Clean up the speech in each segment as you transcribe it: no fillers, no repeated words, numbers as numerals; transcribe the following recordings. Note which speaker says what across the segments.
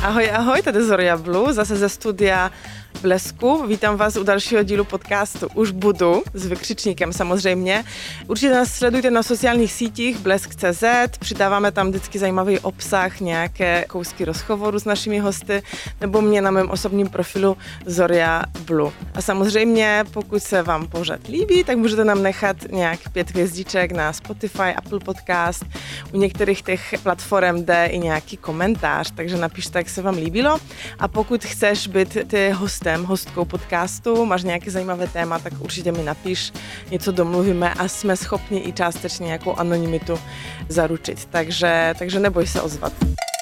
Speaker 1: Ahoj, ahoj, tady Zoria Blue, zase ze studia Blesku. Vítám vás u dalšího dílu podcastu Už budu, s vykřičníkem samozřejmě. Určitě nás sledujte na sociálních sítích blesk.cz, přidáváme tam vždycky zajímavý obsah, nějaké kousky rozhovoru s našimi hosty, nebo mě na mém osobním profilu Zoria Blue. A samozřejmě, pokud se vám pořad líbí, tak můžete nám nechat nějak 5 hvězdiček na Spotify, Apple Podcast, u některých těch platform jde i nějaký komentář, takže napište, jak se vám líbilo. A pokud chceš být ty hostkou podcastu, máš nějaké zajímavé téma, tak určitě mi napiš, něco domluvíme a jsme schopni i částečně nějakou anonymitu zaručit. Takže neboj se ozvat.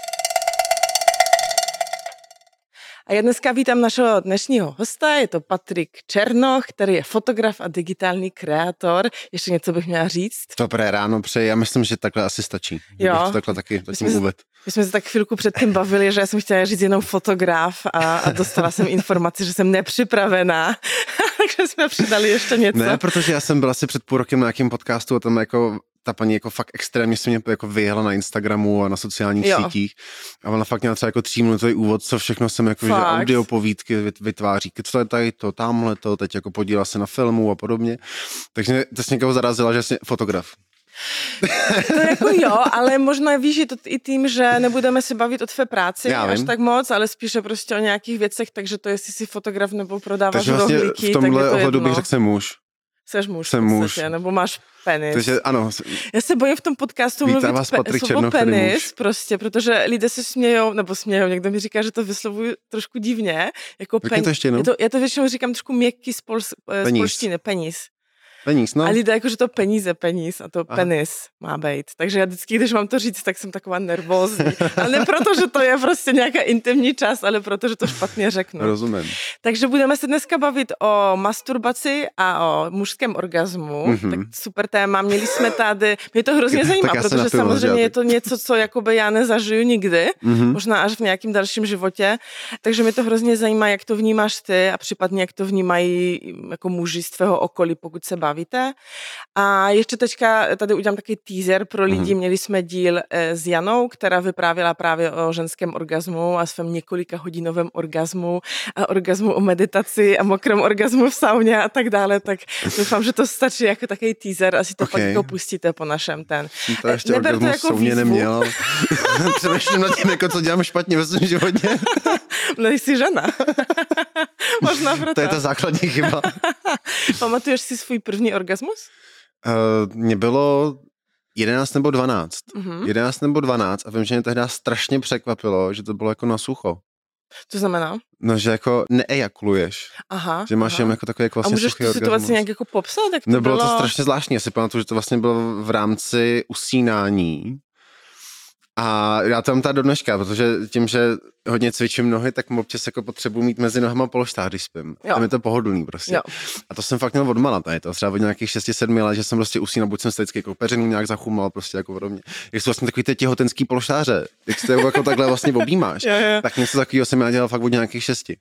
Speaker 1: A já dneska vítám našeho dnešního hosta, je to Patrik Černoch, který je fotograf a digitální kreator. Ještě něco bych měla říct?
Speaker 2: Dobré ráno přeji, já myslím, že takhle asi stačí.
Speaker 1: Jo.
Speaker 2: To takhle taky zatím uved.
Speaker 1: My jsme se tak chvilku předtím bavili, že já jsem chtěla říct jenom fotograf a dostala jsem informaci, že jsem nepřipravená, takže jsme přidali ještě něco.
Speaker 2: Ne, protože já jsem byl asi před půl rokem na nějakém podcastu a tam jako ta paní jako fakt extrémně se mě jako vyjela na Instagramu a na sociálních sítích a ona fakt měla třeba jako 3minutový úvod, co všechno jsem jako že audio povídky vytváří, co je tady to, tamhle to, teď jako podílela se na filmu a podobně, takže to se někoho zarazila, že jsem fotograf.
Speaker 1: To jako jo, ale možná víš, je to i tím, že nebudeme se bavit o tvé práci až tak moc, ale spíše prostě o nějakých věcech, takže to jestli jsi fotograf nebo prodáváš
Speaker 2: vlastně
Speaker 1: rohlíky,
Speaker 2: v tomhle ohledu bych řekl, jsem muž.
Speaker 1: Seš muž,
Speaker 2: jsem muž.
Speaker 1: Nebo máš penis.
Speaker 2: Takže ano.
Speaker 1: Já se bojím v tom podcastu mluvit slovo penis, prostě, protože lidé se smějou, někdo mi říká, že to vyslovuju trošku divně, jako penis. Já to většinou říkám trošku měkký z polštiny, penis.
Speaker 2: Peníz, no.
Speaker 1: A lidé jako, že to peníz a to penis má být. Takže já vždycky, když mám to říct, tak jsem taková nervózní. Ale ne proto, že to je prostě nějaká intimní část, ale proto, že to špatně řeknu.
Speaker 2: Rozumím.
Speaker 1: Takže budeme se dneska bavit o masturbaci a o mužském orgazmu. Mm-hmm. Tak super téma. Měli jsme tady, mě to hrozně zajímá, protože samozřejmě je to něco, co jakoby já nezažiju nikdy, možná až v nějakým dalším životě. Takže mě to hrozně zajímá, jak to vnímáš ty a případně jak to vnímají jako muži z tvého okolí, pokud se bavíte. A ještě teďka tady udělám takový teaser pro lidi. Měli jsme díl s Janou, která vyprávěla právě o ženském orgazmu a svém několika hodinovém orgazmu a orgazmu o meditaci a mokrém orgazmu v sauně a tak dále. Tak doufám, že to stačí jako takový teaser. Asi to pak jako pustíte po našem ten.
Speaker 2: To ještě orgazmu v sauně neměl. Přemýšlím nad tím, jako co dělám špatně ve svém životě.
Speaker 1: Nejsi žena. Možná proto.
Speaker 2: To je ta základní chyba.
Speaker 1: Pamatuješ si svůj první orgasmus?
Speaker 2: Mně bylo 11 nebo 12. 11 nebo 12 a vím, že mě tehdy strašně překvapilo, že to bylo jako na sucho.
Speaker 1: To znamená?
Speaker 2: No, že jako neejakuluješ.
Speaker 1: Aha.
Speaker 2: Že máš jenom jako takový jako vlastně suchý orgasmus. A můžeš tu situaci
Speaker 1: nějak jako popsat? Jak to
Speaker 2: no, bylo to strašně zvláštní. Já si pamatuju, že to vlastně bylo v rámci usínání. A já to mám tady do dneška, protože tím, že hodně cvičím nohy, tak občas jako potřebuji mít mezi nohama polštář, když spím. Tam je to pohodlný prostě. Jo. A to jsem fakt měl odmala, tady to třeba od nějakých 6-7 let, že jsem prostě usínal, buď jsem se vždycky jako peřinu nějak zachumal, prostě jako podobně. Jak jsou vlastně takový ty těhotenský polštáře, jak se jako takhle vlastně objímáš, tak něco takového jsem já dělal fakt od nějakých 6.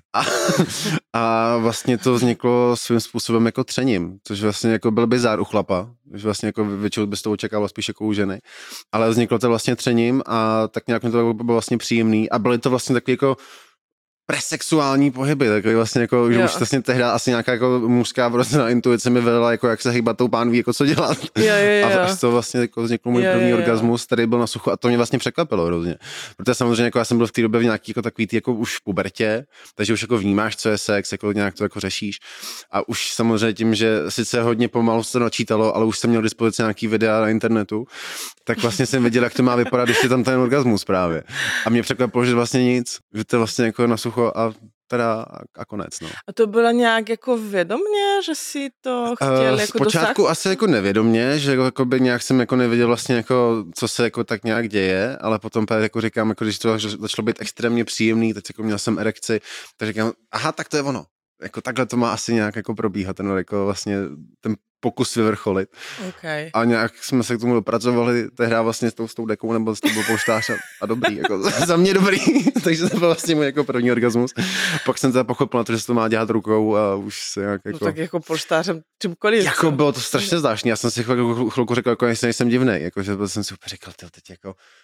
Speaker 2: A vlastně to vzniklo svým způsobem jako třením, což vlastně jako byl bizár u chlapa, že vlastně jako většinou bys to očekával spíš jako u ženy, ale vzniklo to vlastně třením a tak nějak mi to bylo vlastně příjemný a byly to vlastně takový jako presexuální pohyby, takový vlastně jako, že už vlastně tehdy asi nějaká jako mužská vrozená intuice mi vedla, jako jak se hýbat tou pánví, jako co dělat. A až to vlastně jako vznikl můj první orgasmus, který byl na suchu a to mě vlastně překvapilo hrozně. Protože samozřejmě jako já jsem byl v té době v nějaký jako takový jako už v pubertě, takže už jako vnímáš, co je sex, jako nějak to jako řešíš. A už samozřejmě tím, že sice hodně pomalu se načítalo, ale už jsem měl k dispozici nějaký videa na internetu, tak vlastně jsem viděl, jak to má vypadat, když je tam ten orgasmus právě. A mě překvapilo, že vlastně nic, že to vlastně jako na sucho a teda a konec, no.
Speaker 1: A to bylo nějak jako vědomně, že si to chtěl jako
Speaker 2: zpočátku asi jako nevědomně, že jako by nějak jsem jako nevěděl vlastně jako, co se jako tak nějak děje, ale potom jako říkám, jako když to začalo být extrémně příjemný, teď jako měl jsem erekci, tak říkám, aha, tak to je ono. Jako takhle to má asi nějak jako probíhat, ten jako vlastně ten pokus vyvrcholit.
Speaker 1: Okay.
Speaker 2: A nějak jsme se k tomu dopracovali, tehdy vlastně s tou dekou nebo s tou polštář a dobrý, jako za mě dobrý, takže to byl vlastně můj jako první orgasmus. Pak jsem teda pochopil na to, že se to má dělat rukou a už se nějak jako...
Speaker 1: No tak jako polštářem čímkoliv.
Speaker 2: Jako bylo to strašně zvláštní, já jsem si chvilku řekl, jako jestli nejsem divnej, jako že jsem si úplně říkal, teď jako...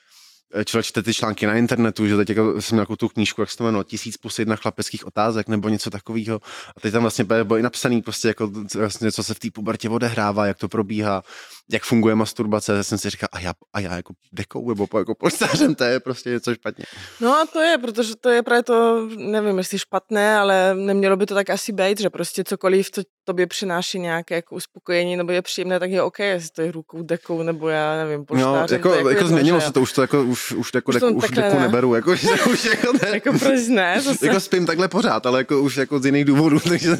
Speaker 2: člověk čte ty články na internetu, že teď jako jsem měl tu knížku, jak se to jmenuje, 1001 chlapeckých otázek nebo něco takového. A teď tam vlastně bylo i napsaný prostě jako vlastně, co se v té pubertě odehrává, jak to probíhá, jak funguje masturbace. Já jsem si říkal, a já jako dekou nebo jako polštářem, to je prostě něco špatně.
Speaker 1: No a to je, protože to je právě to, nevím, jestli špatné, ale nemělo by to tak asi být, že prostě cokoliv, co tobě přináší nějaké jako uspokojení nebo je příjemné, tak je OK, jestli to je rukou, dekou nebo já nevím, polštářem.
Speaker 2: No, jako změnilo se to, už deku neberu, jako, už jako ne.
Speaker 1: Jako proč ne? Zase.
Speaker 2: Jako spím takhle pořád, ale jako už jako z jiných důvodů, takže...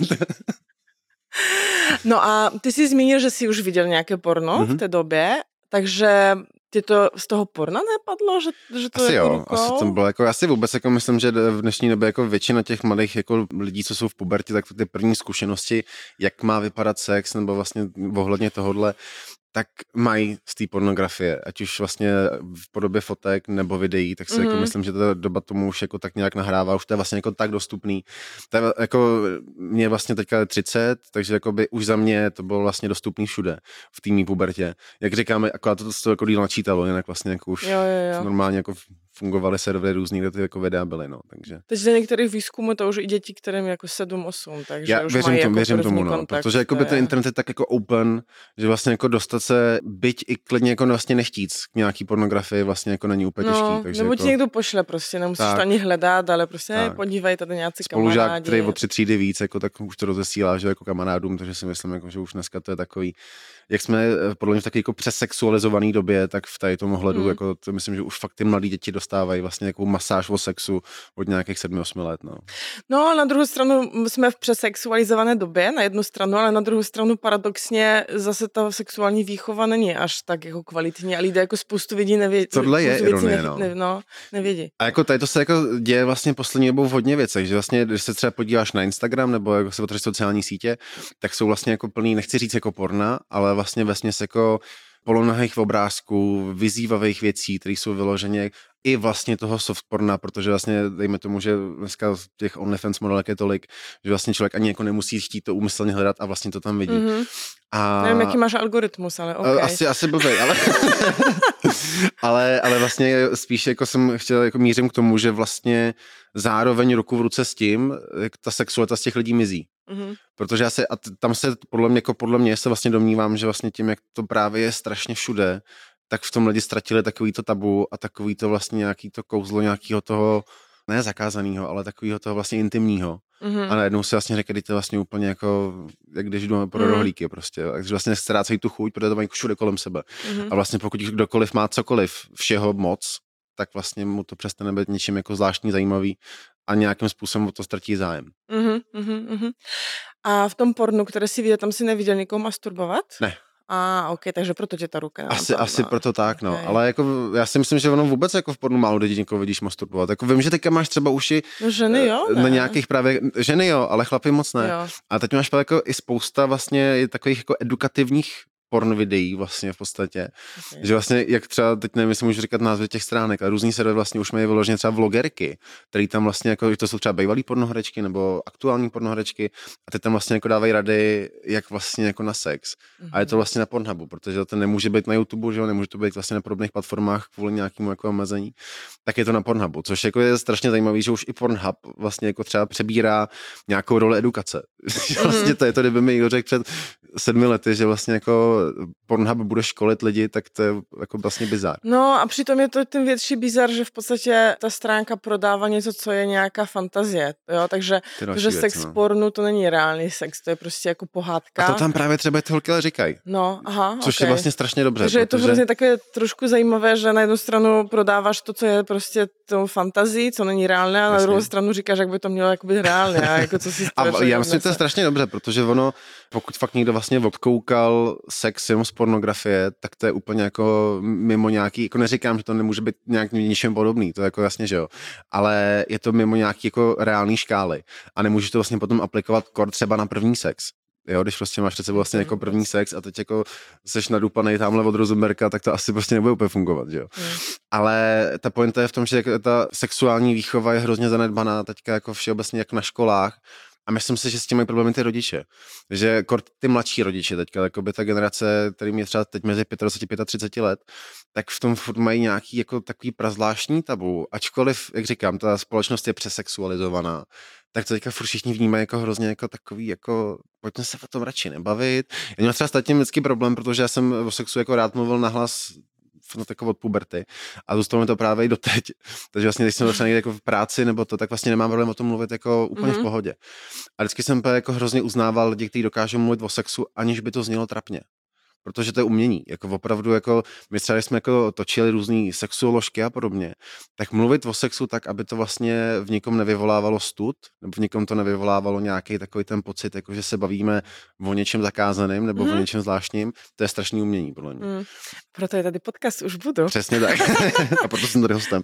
Speaker 1: No a ty jsi zmínil, že jsi už viděl nějaké porno v té době, takže ti to z toho porna nepadlo, že to
Speaker 2: asi
Speaker 1: je
Speaker 2: jo,
Speaker 1: rukou?
Speaker 2: asi to bylo jako, asi vůbec jako myslím, že v dnešní době jako většina těch mladých jako lidí, co jsou v pubertě, tak ty první zkušenosti, jak má vypadat sex, nebo vlastně ohledně tohodle, tak mají z té pornografie, ať už vlastně v podobě fotek nebo videí, tak si jako myslím, že ta doba tomu už jako tak nějak nahrává, už to je vlastně jako tak dostupný. To je jako, mě vlastně teďka 30, takže jako by už za mě to bylo vlastně dostupný všude v té mý pubertě. Jak říkáme, akorát to jako díl načítalo, jinak vlastně jako už normálně jako fungovaly servery různý, kde ty jako videa byly, no, takže.
Speaker 1: Takže z některých výzkumů to už i děti, kterým jako 7-8, takže
Speaker 2: já
Speaker 1: už
Speaker 2: věřím
Speaker 1: mají
Speaker 2: tomu,
Speaker 1: jako
Speaker 2: věřím tomu, no,
Speaker 1: kontakt.
Speaker 2: protože jako by ten internet je tak jako open, že vlastně jako dostat se, byť i klidně jako vlastně nechtít k nějaký pornografii vlastně jako není úplně těžký. Takže
Speaker 1: nebo
Speaker 2: jako,
Speaker 1: ti někdo pošle prostě, nemusíš to ani hledat, ale prostě podívej, tady nějací kamarádi.
Speaker 2: Spolužák, který o 3 třídy víc, jako, tak už to rozesílá, že jako kamarádům, takže si myslím, jako, že už dneska to je takový, jak jsme podle mě v taky jako přesexualizovaný době, tak v tady tom ohledu, jako to myslím, že už fakt ty mladí děti dostávají vlastně jako masáž o sexu od nějakých 7-8 let.
Speaker 1: No, na druhou stranu jsme v přesexualizované době, na jednu stranu, ale na druhou stranu paradoxně zase ta sexuální výchova není až tak jako kvalitní a lidé jako spoustu lidí nevědí.
Speaker 2: Tohle je ironie,
Speaker 1: nevědí.
Speaker 2: A jako tady to se jako děje vlastně poslední dobou v hodně věcech, že vlastně, když se třeba podíváš na Instagram nebo jako se otevřeš sociální sítě, tak jsou vlastně jako plný, nechci říct jako porna, ale vlastně vesměs jako polonahých obrázků, vyzývavých věcí, které jsou vyloženě i vlastně toho softporna, protože vlastně dejme tomu, že dneska těch OnlyFans modelek je tolik, že vlastně člověk ani jako nemusí chtít to úmyslně hledat a vlastně to tam vidí. A...
Speaker 1: Nevím, jaký máš algoritmus, ale okay.
Speaker 2: Asi blbej, ale vlastně spíš jako jsem chtěl, jako mířím k tomu, že vlastně zároveň ruku v ruce s tím, jak ta sexualita z těch lidí mizí. Protože tam se podle mě se vlastně domnívám, že vlastně tím, jak to právě je strašně všude, tak v tom lidi ztratili takový to tabu a takový to vlastně nějaký to kouzlo nějakého toho, ne zakázanýho, ale takového toho vlastně intimního. A najednou si vlastně řekli, že to je vlastně úplně jako, jak když jdeme pro rohlíky prostě. Takže vlastně ztrácejí tu chuť, protože to mají všude kolem sebe. A vlastně pokud kdokoliv má cokoliv, všeho moc, tak vlastně mu to přestane být něčím jako zvláštní zajímavý a nějakým způsobem to ztratí zájem.
Speaker 1: A v tom pornu, které si viděl, tam si neviděl někoho masturbovat?
Speaker 2: Ne.
Speaker 1: OK, takže proto tě ta ruka
Speaker 2: Asi proto tak, no. Okay. Ale jako já si myslím, že ono vůbec jako v pornu málo lidí někoho vidíš masturbovat. Jako vím, že teďka máš třeba uši
Speaker 1: ženy, jo,
Speaker 2: na nějakých právě, ženy jo, ale chlapi moc ne.
Speaker 1: Jo.
Speaker 2: A teď máš právě jako i spousta vlastně takových jako edukativních porn videí vlastně v podstatě. Okay. Že vlastně, jak třeba, teď nevím, jestli můžu říkat názvy těch stránek, ale různý servery vlastně už mají vyloženě třeba vlogerky, který tam vlastně jako, to jsou třeba bývalý pornoherečky nebo aktuální pornoherečky a ty tam vlastně jako dávají rady, jak vlastně jako na sex. A je to vlastně na Pornhubu, protože to nemůže být na YouTube, že jo, nemůže to být vlastně na podobných platformách kvůli nějakému jako omezení, tak je to na Pornhubu, což jako je strašně zajímavý, že už i Pornhub vlastně jako třeba přebírá nějakou roli edukace. Vlastně to je to, kdyby mi někdo řekl před 7 lety, že vlastně jako Pornhub bude školit lidi, tak to je jako vlastně bizar.
Speaker 1: No a přitom je to ten větší bizar, že v podstatě ta stránka prodává něco, co je nějaká fantazie, jo, takže sex pornu to není reálný sex, to je prostě jako pohádka.
Speaker 2: A to tam právě třeba ty holky říkají.
Speaker 1: No, aha,
Speaker 2: což je vlastně strašně dobře.
Speaker 1: Takže je to vlastně takové trošku zajímavé, že na jednu stranu prodáváš to, co je prostě tou fantazí, co není reálné, a na druhou stranu říkáš, jak by to mělo jako být reálné. A jako co si
Speaker 2: a já myslím, že to je strašně dobře, protože ono, pokud fakt někdo vlastně odkoukal sex jenom z pornografie, tak to je úplně jako mimo nějaký, jako neříkám, že to nemůže být nějak ničem podobný, to je jako jasně, že jo, ale je to mimo nějaký jako reální škály a nemůžeš to vlastně potom aplikovat třeba na první sex. Jo, když prostě máš před sebou vlastně jako první sex a teď jako seš nadupanej tamhle od Rosenberga, tak to asi prostě nebude úplně fungovat, že jo. Ale ta pointa je v tom, že ta sexuální výchova je hrozně zanedbaná teďka jako všeobecně jak na školách, A myslím si, že s tím mají problémy ty rodiče. Že ty mladší rodiče teďka, jakoby ta generace, kterým je třeba teď mezi 25 a 30 let, tak v tom furt mají nějaký jako takový prazvláštní tabu. Ačkoliv, jak říkám, ta společnost je přesexualizovaná, tak to teďka furt všichni vnímají jako hrozně jako takový, jako pojďme se o tom radši nebavit. Já měl třeba s tím vždycky problém, protože já jsem o sexu jako rád mluvil nahlas jako od puberty a zůstalo mi to právě i doteď. Takže vlastně, když jsem začal někde jako v práci nebo to, tak vlastně nemám problém o tom mluvit jako úplně v pohodě. A vždycky jsem jako hrozně uznával lidi, kteří dokážou mluvit o sexu, aniž by to znělo trapně. Protože to je umění, jako opravdu, jako my třeba jsme jako točili různý sexuoložky a podobně, tak mluvit o sexu tak, aby to vlastně v někom nevyvolávalo stud, nebo v někom to nevyvolávalo nějaký takový ten pocit, jako že se bavíme o něčem zakázaném nebo o něčem zvláštním, to je strašný umění, podle mě.
Speaker 1: Proto je tady podcast Už budu.
Speaker 2: Přesně tak. A proto jsem tady hostem.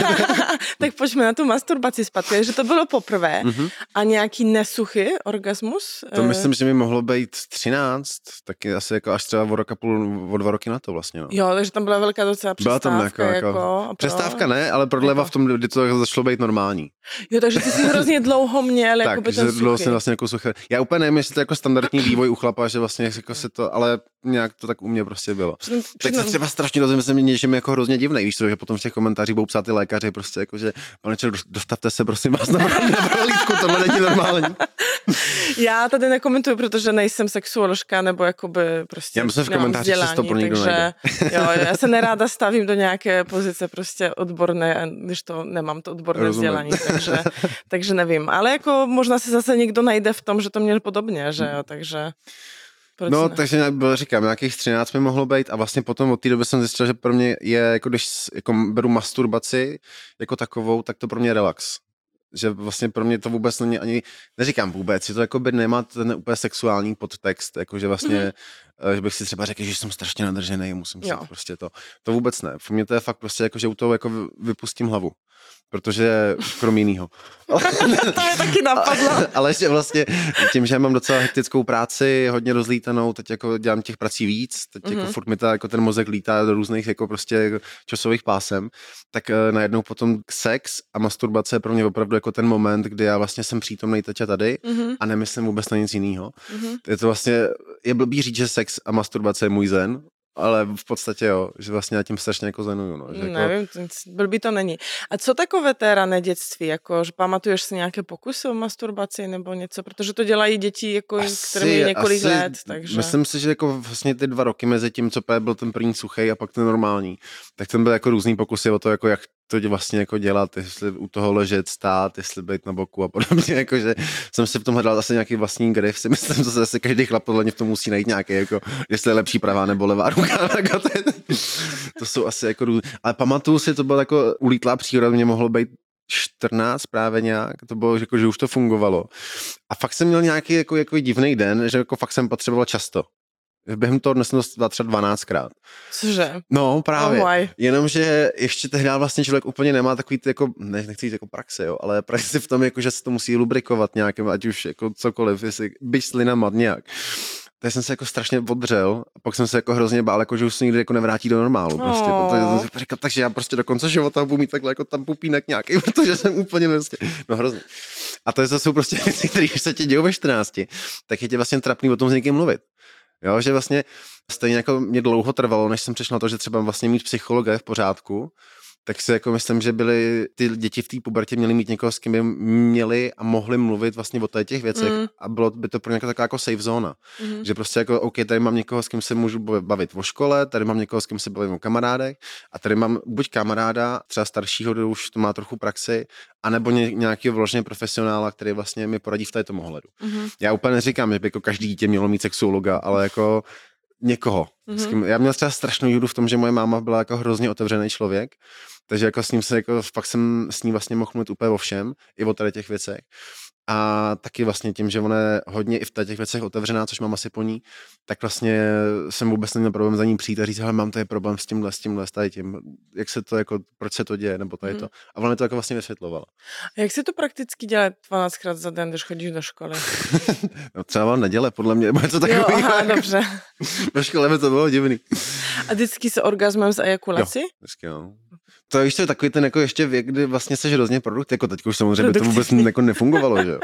Speaker 1: Tak pojďme na tu masturbaci zpátky, že to bylo poprvé a nějaký nesuchý orgasmus?
Speaker 2: To myslím, že mi mohlo být 13, taky asi jako až třeba o rok a půl, o 2 roky na to vlastně. No.
Speaker 1: Jo, takže tam byla velká docela přestávka.
Speaker 2: Byla tam jako přestávka ne, ale prodleva v tom, kdy to začalo být normální.
Speaker 1: Jo, takže ty jsi hrozně dlouho měl jako by ten suchý. Tak, že dlouho jsem
Speaker 2: vlastně jako suchý. Já úplně nevím, jestli to je jako standardní vývoj u chlapa, že vlastně jako se to, ale nějak to tak u mě prostě bylo. Tak se třeba strašně rozumím něčem jako hrozně divnej, víš co, že potom v těch komentářích budou psát ty lékaři prostě jako, že pane Čer, dostavte se prosím vás na prohlídku, tohle není normální.
Speaker 1: Já tady nekomentuju, protože nejsem sexuoložka nebo jakoby prostě.
Speaker 2: Já myslím v komentářích se to pro někdo najde.
Speaker 1: Jo, já se neráda stavím do nějaké pozice prostě odborné, když to nemám to odborné vzdělání, takže nevím. Ale jako možná se zase někdo najde v tom, že to měl podobně, že jo, takže.
Speaker 2: No, takže říkám, nějakých 13 mi mohlo být a vlastně potom od té doby jsem zjistil, že pro mě je, jako když jako beru masturbaci jako takovou, tak to pro mě je relax. Že vlastně pro mě to vůbec není ani, neříkám vůbec, že to jako by nemá ten úplně sexuální podtext, jakože vlastně, že bych si třeba řekl, že jsem strašně nadržený, musím si prostě to vůbec ne. Pro mě to je fakt prostě jako, že u toho jako vypustím hlavu. Protože krom jinýho.
Speaker 1: To je taky napadlo.
Speaker 2: Ale ještě vlastně tím, že mám docela hektickou práci, hodně rozlítanou, teď jako dělám těch prací víc, teď jako furt mi jako ten mozek lítá do různých jako prostě časových pásem, tak najednou potom sex a masturbace je pro mě opravdu jako ten moment, kdy já vlastně jsem přítomnej teď a tady a nemyslím vůbec na nic jinýho. Je to vlastně, je blbý říct, že sex a masturbace je můj zen, ale v podstatě jo, že vlastně já tím strašně jako zenuju. No, že
Speaker 1: nevím, blbý to není. A co takové té rané dětství, jako, že pamatuješ si nějaké pokusy o masturbaci nebo něco, protože to dělají děti, jako, kterým je několik let. Takže.
Speaker 2: Myslím si, že jako vlastně ty 2 roky mezi tím, co byl ten první suchej a pak ten normální, tak ten byl jako různý pokusy o to, jako jak to vlastně jako dělat, jestli u toho ležet, stát, jestli být na boku a podobně, jakože jsem si v tom hledal zase nějaký vlastní grif, si myslím, že zase každý chlap podle mě v tom musí najít nějaký, jako, jestli je lepší pravá nebo levá ruka, to jsou asi jako ale pamatuju si, to byla jako ulítlá příroda, mě mohlo být 14 právě nějak, to bylo, jako, že už to fungovalo. A fakt jsem měl nějaký jako divný den, že jako fakt jsem potřeboval často. Během toho dnes jsem to třeba 12krát.
Speaker 1: Cože?
Speaker 2: No právě. Jenomže ještě tehdy vlastně člověk úplně nemá takový ty jako, nechci jít jako praxe, jo, ale praxi v tom, jako, že se to musí lubrikovat nějakým, ať už jako cokoliv, jestli byť slina mat nějak. Tak jsem se jako strašně odřel a pak jsem se jako hrozně bál, jako, že už se nikdy jako nevrátí do normálu. Prostě, protože jsem si říkal, takže já prostě do konce života budu mít takhle jako tam pupínek nějaký, protože jsem úplně prostě, no hrozně. A to jsou prostě věci, které se ti dějou ve 14, tak je tě vlastně trapný o tom s někým mluvit. Jo, že vlastně stejně jako mě dlouho trvalo, než jsem přišel na to, že třeba vlastně mít psychologa je v pořádku, tak si jako myslím, že byly ty děti v té pubertě měly mít někoho, s kým by měli a mohli mluvit vlastně o těch věcech a bylo by to pro ně taková jako safe zóna. Že prostě jako OK, tady mám někoho, s kým se můžu bavit o škole, tady mám někoho, s kým se bavím o kamarádech a tady mám buď kamaráda, třeba staršího, kdo už to má trochu praxi, anebo nějakého vložně profesionála, který vlastně mi poradí v této ohledu. Já úplně neříkám, že by jako každý dítě mělo mít sexuologa, ale jako někoho. Já měl třeba strašnou výhodu v tom, že moje máma byla jako hrozně otevřený člověk, takže jako s ním se jako, fakt jsem s ní vlastně mohl mluvit úplně o všem, i o tady těch věcech. A taky vlastně tím, že ona je hodně i v těch věcech otevřená, což mám asi po ní, tak vlastně jsem vůbec neměl problém za ní přijít a říct, hele, mám tady problém s tímhle, s tady tím, jak se to jako, proč se to děje, nebo tady to. A ona mi to jako vlastně vysvětlovala.
Speaker 1: A jak se to prakticky dělá 12krát za den, když chodíš do školy?
Speaker 2: No třeba neděle, podle mě, nebo něco takového.
Speaker 1: Jo, aha, dobře.
Speaker 2: Ve škole by to bylo divný.
Speaker 1: A vždycky se orgasmem z ejakulací?
Speaker 2: Jo, vždycky jo. To je takový ten jako ještě věk, kdy vlastně seš hrozně produkt, jako teď už samozřejmě by to vůbec jako nefungovalo, že jo.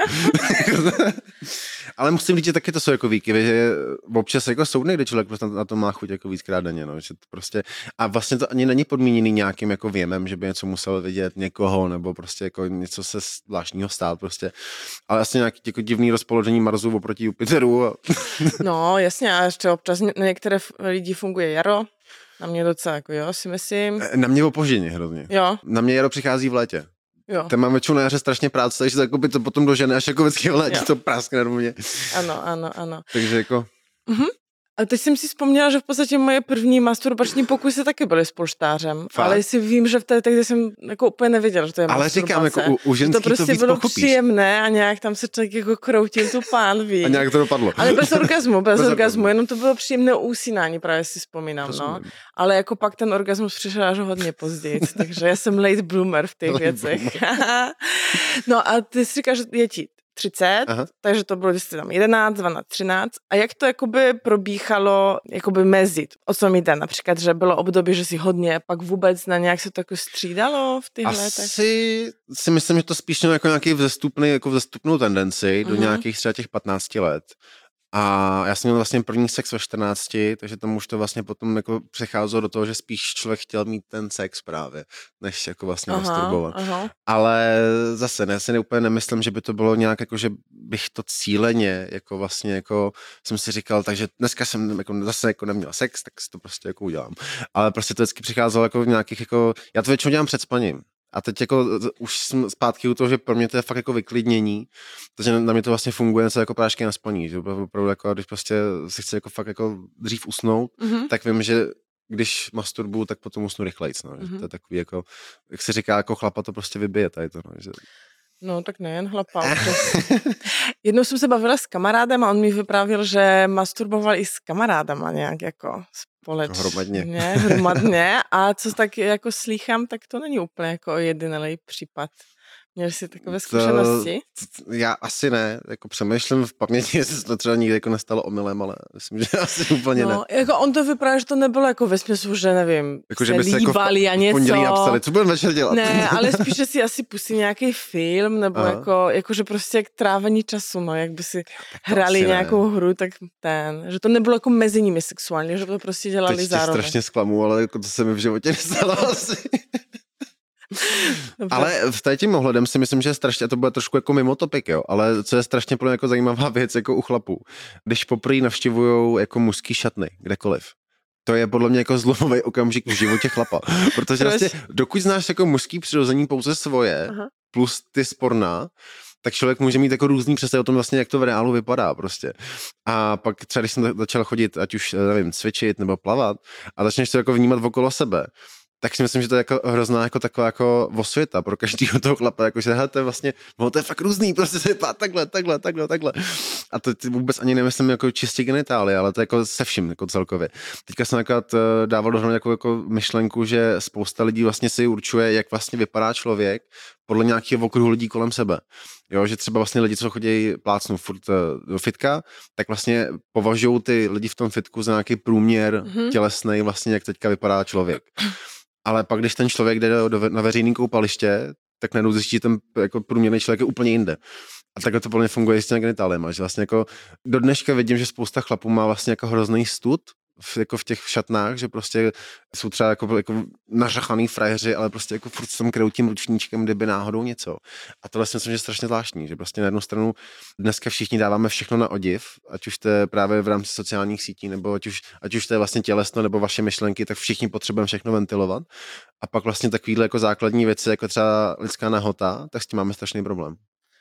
Speaker 2: Ale musím říct, že taky to jsou jako výkyvy, že občas jako jsou dny, kdy člověk prostě na to má chuť jako víckrát denně, no, že to prostě, a vlastně to ani není podmíněný nějakým jako věmem, že by něco musel vidět někoho, nebo prostě jako něco se zvláštního stát prostě, ale vlastně nějaký jako divný rozpoložení Marsu oproti Jupiteru. A...
Speaker 1: No, jasně, a ještě občas na některé lidi funguje jaro, na mě docela jako jo, si myslím.
Speaker 2: Na mě opožděně hrozně.
Speaker 1: Jo.
Speaker 2: Na mě jaro přichází v létě.
Speaker 1: Jo.
Speaker 2: Ten mám většinou na jaře strašně práce, takže to potom dožene až jako vždycky v létě, to praskne do mě.
Speaker 1: Ano.
Speaker 2: Takže jako...
Speaker 1: A teď jsem si vzpomněla, že v podstatě moje první masturbační pokusy taky byly s polštářem.
Speaker 2: Fakt?
Speaker 1: Ale si vím, že v té tehdy jsem jako úplně nevěděla, že to je
Speaker 2: ale
Speaker 1: masturbace.
Speaker 2: říkám, jako u ženský
Speaker 1: to prostě
Speaker 2: to víc
Speaker 1: bylo
Speaker 2: pochopíš.
Speaker 1: příjemné a nějak tam se člověk jako kroutil tu pánví.
Speaker 2: A nějak to dopadlo.
Speaker 1: Ale bez orgazmu, jenom to bylo příjemné usínání, právě si vzpomínám, no. Ale jako pak ten orgasmus přišel až hodně později, takže já jsem late bloomer v těch věcech. No a ty si říkáš, že je ti 30, takže to bylo vždycky tam 11, 12, 13. A jak to jakoby probíchalo jakoby mezi? O co mi jde? Například, že bylo období, že si hodně, pak vůbec na nějak se to jako střídalo v těch letech?
Speaker 2: Asi si myslím, že to spíš mělo jako nějaký vzestupnou tendenci do nějakých třeba těch 15 let. A já jsem měl vlastně první sex ve 14, takže tam už to vlastně potom jako přecházelo do toho, že spíš člověk chtěl mít ten sex právě, než jako vlastně masturbovat. Ale zase ne, si úplně nemyslím, že by to bylo nějak jako, že bych to cíleně jako vlastně jako jsem si říkal, takže dneska jsem jako zase jako neměl sex, tak si to prostě jako udělám. Ale prostě to vždycky přicházelo jako v nějakých jako, já to většinou dělám před spaním. A teď jako už jsem zpátky u toho, že pro mě to je fakt jako vyklidnění, takže na mě to vlastně funguje něco jako prášky na spaní, že opravdu jako, když prostě si chci jako fakt jako dřív usnout, tak vím, že když masturbuju, tak potom usnu rychlejc, no, že to je takový jako, jak se říká, jako chlapa to prostě vybije tady to, no, že...
Speaker 1: No, tak nejen chlapa. Jednou jsem se bavila s kamarádem a on mi vyprávěl, že masturboval i s kamarádama nějak jako společně. Hromadně. A co tak jako slýchám, tak to není úplně jako jedinelý případ. Měl jsi takové zkušenosti?
Speaker 2: Já asi ne, jako přemýšlím v paměti, jestli se to třeba nikdy jako nestalo omylem, ale myslím, že asi úplně ne.
Speaker 1: Jako on to vypadá, že to nebylo jako ve smyslu, že nevím,
Speaker 2: jako, že by se líbali
Speaker 1: jako a něco.
Speaker 2: Pondělí napsali, co budeme večer dělat?
Speaker 1: Ne, ale spíš, že si asi pustí nějaký film, nebo jako že prostě jak trávení času, no, jak by si hrali nějakou hru, tak že to nebylo jako mezi nimi sexuálně, že to prostě dělali
Speaker 2: teď
Speaker 1: zároveň.
Speaker 2: Teď strašně zklamu, ale jako to se mi v životě nestalo asi. Dobře. Ale v tím ohledem si myslím, že je strašně, a to bude trošku jako mimo topik, jo, ale co je strašně pro mě jako zajímavá věc jako u chlapů, když poprvé navštěvujou jako mužský šatny, kdekoliv. To je podle mě jako zlomový okamžik v životě chlapa, protože vlastně dokud znáš jako mužský přirození pouze svoje, plus ty sporná, tak člověk může mít jako různý představy o tom vlastně, jak to v reálu vypadá prostě. A pak třeba, když jsem začal chodit, ať už, nevím, cvičit nebo plavat a začneš to jako vnímat okolo sebe, tak si myslím, že to je jako hrozná jako taková jako osvěta pro každého toho chlapa, jakože to je vlastně, to je fakt různý, prostě se vypadá takhle. A to vůbec ani nemyslím jako čistě genitálie, ale to je jako se vším jako celkově. Teďka jsem dával dohromady jako myšlenku, že spousta lidí vlastně si určuje, jak vlastně vypadá člověk podle nějakého okruhu lidí kolem sebe. Jo, že třeba vlastně lidi, co chodí plácnou furt do fitka, tak vlastně považují ty lidi v tom fitku za nějaký průměr tělesnej vlastně, jak teďka vypadá člověk. Ale pak, když ten člověk jde na veřejný koupaliště, tak najednou zjistí, že ten jako průměrný člověk je úplně jinde. A takhle to plně funguje s těmi genitáliemi. Že vlastně jako do dneška vidím, že spousta chlapů má vlastně jako hrozný stud jako v těch šatnách, že prostě jsou třeba jako nařachaný frajeři, ale prostě jako furt s tím kroutím ručníčkem, kdyby náhodou něco. A tohle si myslím, že je strašně zvláštní, že prostě na jednu stranu dneska všichni dáváme všechno na odiv, ať už to je právě v rámci sociálních sítí, nebo ať už to je vlastně tělesno, nebo vaše myšlenky, tak všichni potřebujeme všechno ventilovat. A pak vlastně takovýhle jako základní věci, jako třeba lidská nahota, tak s tím máme strašný problém.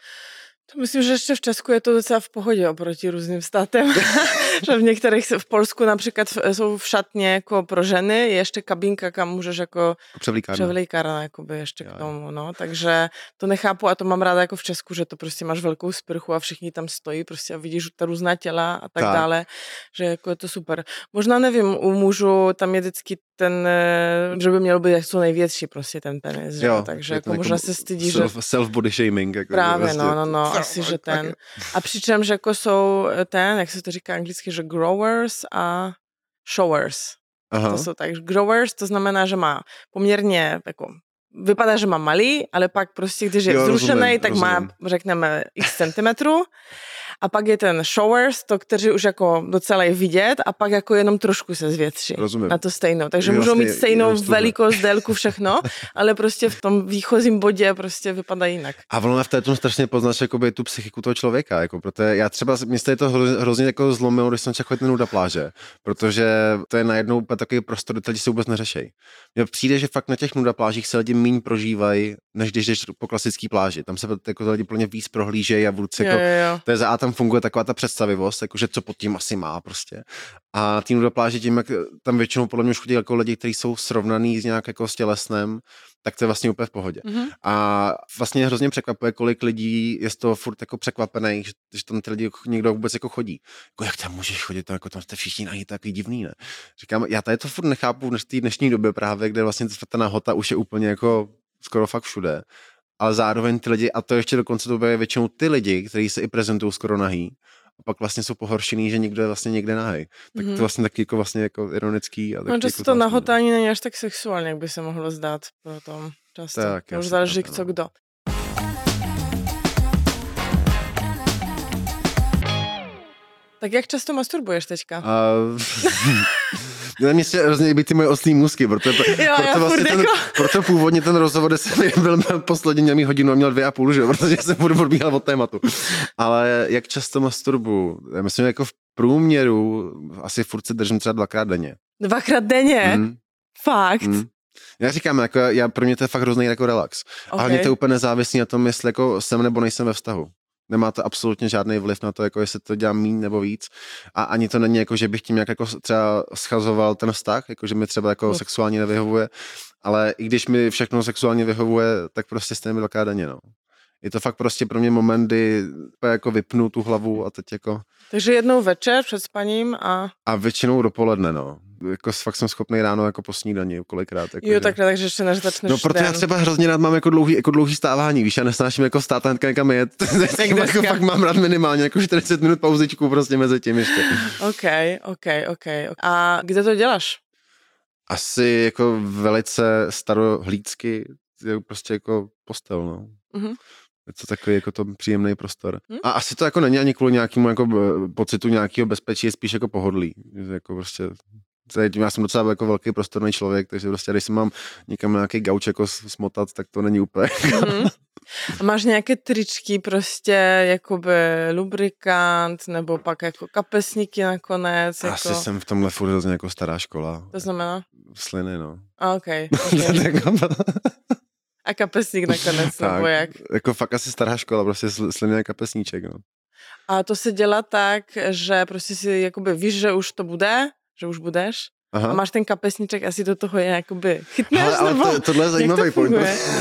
Speaker 1: To myslím, že ještě v Česku je to docela v pohodě oproti různým státem. Že v některých, v Polsku například jsou v šatně jako pro ženy, je ještě kabinka, kam můžeš jako převlíkárna jakoby ještě k tomu, no. Takže to nechápu a to mám ráda jako v Česku, že to prostě máš velkou sprchu a všichni tam stojí prostě a vidíš ta různá těla a tak dále, že jako je to super. Možná nevím, u mužů tam je vždycky ten, že by měl být co největší prostě ten penis, že? Takže jako možná se stydí, že...
Speaker 2: Self-body shaming. Jako
Speaker 1: právě, prostě. No, asi, že ten. A přičemž jako jsou jak se to říká anglicky, že growers a showers. To jsou tak, growers, to znamená, že má poměrně jako vypadá, že má malý, ale pak prostě, když je vzrušený, tak má, řekneme, x centimetrů. A pak je ten showers, to, kteří už jako docela je vidět a pak jako jenom trošku se zvětší na to stejnou. Takže můžou mít stejnou velikost, délku, všechno, ale prostě v tom výchozím bodě prostě vypadá jinak.
Speaker 2: A ono v tom strašně poznáš jakoby tu psychiku toho člověka, jako, protože já třeba, mě se to hrozně jako zlomilo, když jsem chodil na pláže, protože to je najednou úplně takový prostor, kde lidi se vůbec neřešejí. Mně přijde, že fakt na těch nuda plážích se lidi míň prožívají, než když jdeš po klasické pláži. Tam se jako lidi plně víc prohlížejí a vůbec jako, to je za tam funguje taková ta představivost, jakože co pod tím asi má prostě. A tým do pláže tím, jak tam většinou podle mě už chodí jako lidi, kteří jsou srovnaný s nějak jako s tělesnem, tak to je vlastně úplně v pohodě. Mm-hmm. A vlastně hrozně překvapuje, kolik lidí je z toho furt jako překvapených, že tam ty lidi někdo vůbec jako chodí. Jako jak tam můžeš chodit, tam, jako tam jste všichni nahý, takový divný, ne? Říkám, já tady to furt nechápu v té dnešní době právě, kde vlastně ta nahota už je úplně jako skoro fakt všude. Ale zároveň ty lidi, a to ještě dokonce to bude většinou ty lidi, kteří se i prezentují skoro nahý, a pak vlastně jsou pohoršený, že někdo je vlastně někde nahý. Tak to vlastně taky jako vlastně jako ironický. A
Speaker 1: no často jako to nahotání není až tak sexuální, jak by se mohlo zdát pro tom často. Tak, už záleží co kdo. Tak jak často masturbuješ teďka?
Speaker 2: Mně se hrozně líbí ty moje oslí můzky, proto původně ten rozhovor jsem byl poslední, měl mít hodinu a měl 2,5, že? Protože jsem budu odbíhal od tématu. Ale jak často masturbuju? Já myslím, jako v průměru asi furt se držím třeba 2krát denně.
Speaker 1: 2krát denně? Fakt?
Speaker 2: Já říkám, jako pro mě to je fakt hrozný jako relax. Okay. A hlavně to je úplně nezávislý na tom, jestli jako jsem nebo nejsem ve vztahu. Nemá to absolutně žádný vliv na to, jako jestli to dělám míň nebo víc. A ani to není jako, že bych tím nějak jako třeba schazoval ten vztah, jako že mi třeba jako sexuálně nevyhovuje, ale i když mi všechno sexuálně vyhovuje, tak prostě stejně 2krát denně, no. Je to fakt prostě pro mě moment, kdy jako vypnu tu hlavu a teď jako...
Speaker 1: Takže jednou večer před spaním a...
Speaker 2: A většinou dopoledne, no. Jako fakt jsem schopný ráno jako po snídani kolikrát. Jako,
Speaker 1: jo, takhle, takže ještě než začneš
Speaker 2: no, protože já třeba hrozně rád mám jako dlouhý stávání, víš, já nesnáším jako stát a někam jet. Jako fakt mám rád minimálně jako 40 minut pauzičku prostě mezi tím ještě.
Speaker 1: OK. A kde to děláš?
Speaker 2: Asi jako velice starohlídsky, prostě jako postel, no. Mm-hmm. Je to takový jako to příjemný prostor. A asi to jako není ani kvůli nějakému jako pocitu nějakého bezpečí, je spíš jako pohodlí. Jako prostě, já jsem docela jako velký prostorný člověk, takže prostě, když si mám někam nějaký gauč jako smotat, tak to není úplně.
Speaker 1: A máš nějaké tričky prostě, jakoby lubrikant, nebo pak jako kapesníky nakonec?
Speaker 2: Asi jako... jsem v tomhle furt hrozně jako stará škola.
Speaker 1: To znamená?
Speaker 2: Sliny, no.
Speaker 1: Okay. A kapesník nakonec, nebo jak?
Speaker 2: Jako fakt asi stará škola, prostě sliny a kapesníček, no.
Speaker 1: A to se dělá tak, že prostě si jakoby víš, že už to bude, že už budeš. Aha. A máš ten kapesníček, asi do toho je jakoby chytneš,
Speaker 2: ale tohle je zajímavý point.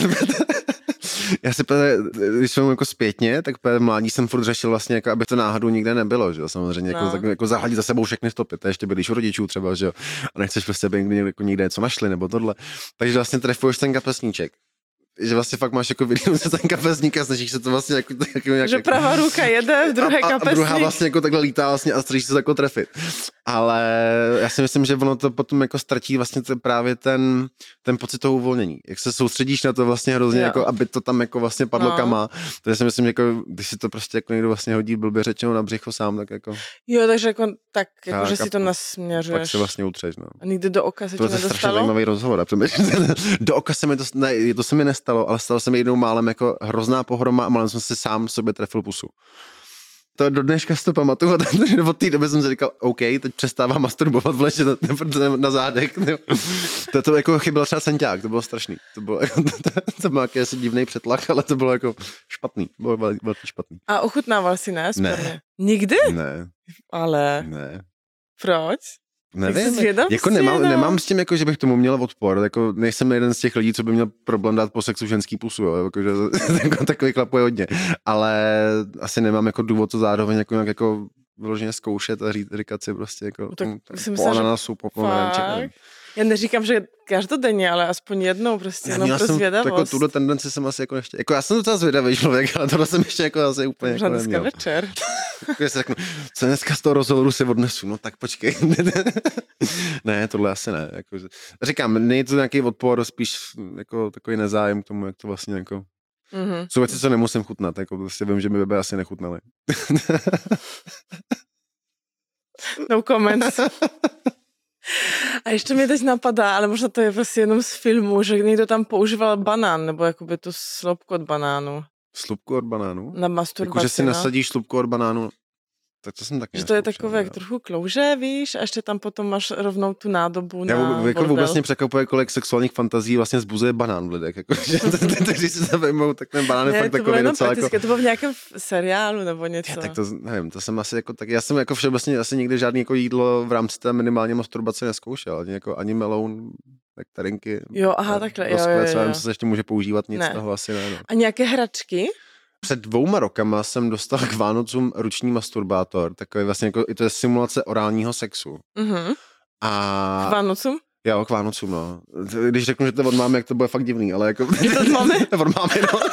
Speaker 2: Já si když jsem jako zpětně, tak mládí jsem furt řešil vlastně, jako, aby to náhodou nikde nebylo, že jo, samozřejmě, no. Jako zahladit za sebou všechny stopy, to ještě bydlíš u rodičů třeba, že jo, a nechceš prostě, aby někde něco našli, nebo tohle, takže vlastně trefuješ ten kapesníček. Že vlastně fakt máš jako vidím se ten kapesník a snažíš se to vlastně jako nějak...
Speaker 1: Že pravá ruka jede, druhé kapesník.
Speaker 2: A druhá vlastně jako takhle lítá vlastně a snažíš se to jako trefit. Ale já si myslím, že ono to potom jako ztratí vlastně právě ten pocit toho uvolnění. Jak se soustředíš na to vlastně hrozně, jako, aby to tam jako vlastně padlo kam má. Takže si myslím, že jako, když si to prostě jako někdo vlastně hodí blbě řečeno na břicho sám, tak jako...
Speaker 1: Jo, takže jako, tak jako, že si to nasměřuješ.
Speaker 2: Pak se vlastně utřeš, no.
Speaker 1: A nikdy do oka se ti nedostalo?
Speaker 2: To je strašně zajímavý rozhovor. Do oka se mi to, ne, to se mi nestalo, ale stalo se mi jednou málem jako hrozná pohroma a málem jsem si sám sobě trefil pusu. To do dneška si to pamatuju, protože od té doby jsem si říkal, OK, teď přestávám masturbovat v leže na zádech. To jako chyběl třeba centiák, to bylo strašný. To bylo jaký divný přetlak, ale to bylo jako špatný. Bylo velký špatný.
Speaker 1: A ochutnával si, ne?
Speaker 2: Ne.
Speaker 1: Nikdy?
Speaker 2: Ne.
Speaker 1: Ale?
Speaker 2: Ne.
Speaker 1: Proč?
Speaker 2: Nevím, jako nemám s tím, jako, že bych tomu měl odpor, jako nejsem jeden z těch lidí, co by měl problém dát po sexu ženský pusu, jo, jako, že jako, takový chlapů je hodně, ale asi nemám jako důvod to zároveň jako vyloženě zkoušet a říkat si prostě jako po ananasu, po pomeranči.
Speaker 1: Já neříkám, že každodenně, ale aspoň jednou prostě, jenom pro zvědavost.
Speaker 2: Jako tuto tendenci jsem asi jako ještě, jako já jsem docela zvědavý člověk, ale tohle jsem ještě jako asi úplně
Speaker 1: jako
Speaker 2: neměl.
Speaker 1: Dneska večer.
Speaker 2: Já si řeknu, co dneska z toho rozhovoru si odnesu, no tak počkej. Ne, tohle asi ne. Jako, říkám, není to nějaký odpor, spíš jako takový nezájem k tomu, jak to vlastně jako... Jsou věci, co nemusím chutnat, jako prostě vím, že by asi nechutnali.
Speaker 1: No comments. A ještě mě teď napadá, ale možná to je prostě jenom z filmu, že někdo tam používal banán, nebo jakoby tu slupku od banánu.
Speaker 2: Slupku od banánu?
Speaker 1: Na masturbaci,
Speaker 2: jako, že si nasadíš slupku od banánu, tak to jsem taky
Speaker 1: že to je takové jak trochu klouže, víš, a ještě tam potom máš rovnou tu nádobu na
Speaker 2: bordel. Jako vůbec mě překvapuje, kolik sexuálních fantazí vlastně zbuzuje banán v lidech. Jako, když si to vejmou, tak ten banán je fakt takový docela jako...
Speaker 1: To bylo v nějakém seriálu nebo něco.
Speaker 2: Tak to nevím, to jsem asi jako tak, já jsem jako všeobecně asi nikdy žádný jako jídlo v rámci té minimálně masturbace neskoušel, ani meloun, nektarinky.
Speaker 1: Jo, aha, takhle, jo.
Speaker 2: Co se ještě může používat, nic toho asi ne. No.
Speaker 1: A nějaké hračky?
Speaker 2: Před 2 rokama jsem dostal k Vánocům ruční masturbátor, takový vlastně jako, to je simulace orálního sexu. A...
Speaker 1: K Vánocům?
Speaker 2: Jo, k Vánocům, no. Když řeknu, že to od mámy, jak to bude fakt divný, ale jako...
Speaker 1: Je to od mámy?
Speaker 2: Od mámy, no.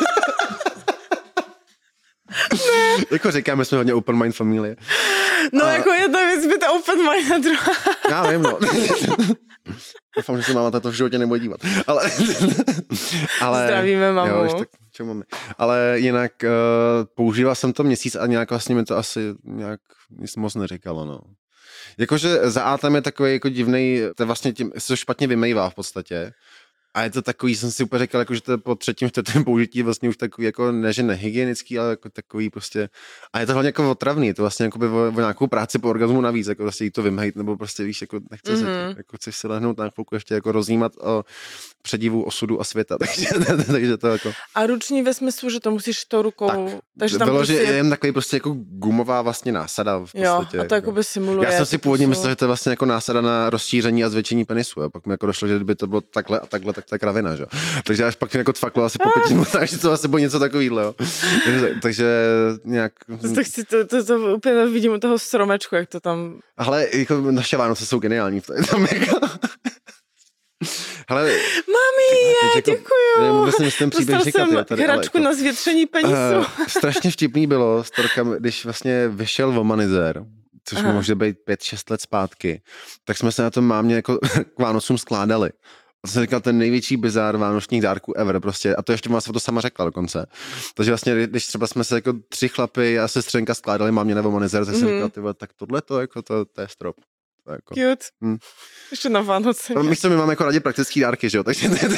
Speaker 2: Ne. Jako říkám, my jsme hodně open mind familie.
Speaker 1: No a... jako jedna věc by to open mind a druhá.
Speaker 2: Já vím, no. Doufám, že se máma tato v životě nebude dívat. Ale
Speaker 1: zdravíme mamu.
Speaker 2: Jo, tak, čau, mami. Ale jinak používal jsem to měsíc a nějak vlastně mi to asi nějak nic moc neříkalo, no. Jakože za A tam je takový jako divnej, to vlastně tím se to špatně vymejvá v podstatě. A je to takový, jsem si úplně říkal, jako, že to je po 3., 4. použití vlastně už takový, jako ne, že nehygienický, ale jako takový prostě, a je to hlavně jako otravný, je to vlastně jako by o nějakou práci po orgazmu navíc, jako vlastně jí to vymhejt, nebo prostě víš, jako nechce se tě, jako chceš se lehnout na chvilku ještě jako rozjímat o předivu osudu a světa, takže to jako.
Speaker 1: A ruční ve smyslu, že to musíš tou rukou,
Speaker 2: tak,
Speaker 1: takže tam
Speaker 2: prostě je jen takový prostě jako gumová vlastně násada v podstatě.
Speaker 1: Jo, a to jako by simuluje.
Speaker 2: Já jsem si původně myslel, že to je vlastně jako násada na rozšíření a zvětšení penisu, a pak mi jako došlo, že kdyby to bylo takhle a takhle, tak to je kravina, že? Takže až pak jako tfaklo asi po 5 minutách, že to asi bylo něco takovýhle, jo. Takže nějak...
Speaker 1: To úplně vidím u toho stromečku, jak to tam...
Speaker 2: Ale jako naše Vánoce jsou geniální. Tam jako... Hele,
Speaker 1: mami, já děkuju.
Speaker 2: Dostal
Speaker 1: jsem hračku na zvětšení penisu.
Speaker 2: Strašně vtipný bylo, když vlastně vyšel Womanizer, což může být 5-6 let zpátky, tak jsme se na tom mámě jako k Vánocům skládali. To jsem říkal, ten největší bizár vánočních dárků ever prostě. A to ještě má se to sama řekla dokonce. Takže vlastně, když třeba jsme se jako 3 chlapy a sestřenka skládali mámě na Womanizer, tak jsem říkal, tyhle, tak tohle to, jako to je strop. Jako.
Speaker 1: Cute. Ještě na Vánoce.
Speaker 2: My máme jako rádi praktický dárky, že jo?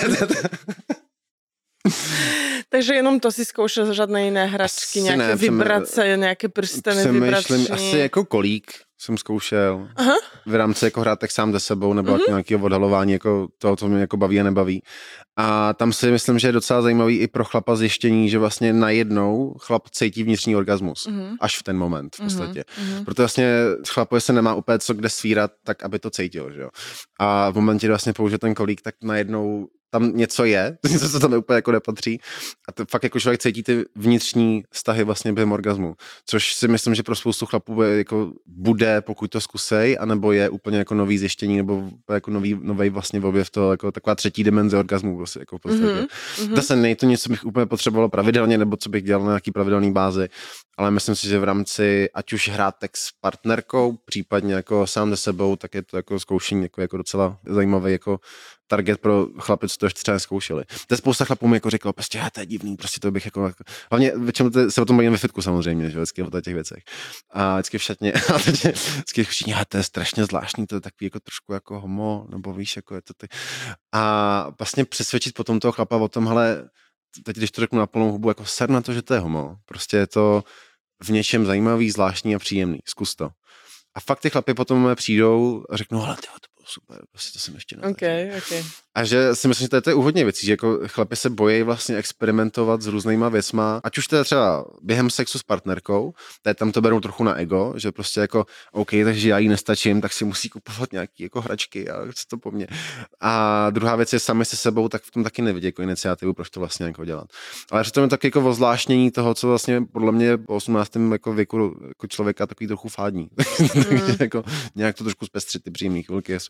Speaker 1: Takže jenom to si zkoušel, žádné jiné hračky, nějaké vibrace, nějaké prsteny vibrační.
Speaker 2: Asi jako kolík jsem zkoušel. Aha. V rámci jako hrátek sám se sebou, nebo nějakého odhalování jako toho, co mě jako baví a nebaví. A tam si myslím, že je docela zajímavý i pro chlapa zjištění, že vlastně najednou chlap cítí vnitřní orgasmus. Až v ten moment v podstatě. Proto vlastně chlapovi se nemá úplně co kde svírat, tak aby to cítil, že jo. A v momentě, kdy vlastně použije ten kolík, tak najednou tam něco je, něco se tam úplně jako nepatří a to fakt jako člověk cítí ty vnitřní vztahy vlastně během orgazmu, což si myslím, že pro spoustu chlapů jako bude, pokud to zkusej, anebo je úplně jako nový zjištění, nebo jako nový vlastně objev to jako taková 3. dimenze orgazmu vlastně jako v podstatě. Zase nej to něco bych úplně potřebovalo pravidelně, nebo co bych dělal na nějaký pravidelný bázi, ale myslím si, že v rámci ať už hrátek s partnerkou, případně jako sám se sebou, tak je to jako zkoušení jako docela zajímavý jako target pro chlapy, co to ještě třeba nezkoušeli. To je spousta chlapů mi jako řeklo, prostě to je divný, prostě to bych jako hlavně většinou se o tom bavím ve fitku samozřejmě, že vždycky o těch věcech. A vždycky v šatně, a vždycky všichni, to je strašně zvláštní, to je takový jako trošku jako homo, nebo víš, jako je to ty. A vlastně přesvědčit potom toho chlapa o tom, hele, teď když to řeknu na plnou hubu, jako ser na to, že to je homo. Prostě je to v něčem zajímavý, zvláštní a příjemný. Zkus to. A fakt ty chlapy potom přijdou a řeknou, hele, tyjo, to bylo super, prostě to jsem ještě nezažil.
Speaker 1: Okay.
Speaker 2: A že si myslím, že to je u hodně věcí, že jako chlapi se bojí vlastně experimentovat s různýma věcma, ať už to je třeba během sexu s partnerkou, tam to berou trochu na ego, že prostě jako OK, takže já jí nestačím, tak si musí kupovat nějaký jako hračky a co to po mně. A druhá věc je sami se sebou, tak v tom taky nevidí jako iniciativu, proč to vlastně jako dělat. Ale že to je taky jako ozvláštnění toho, co vlastně podle mě po 18. jako věku jako člověka takový trochu fádní. Takže jako nějak to trošku zpestřit ty příjemný chvilky jsou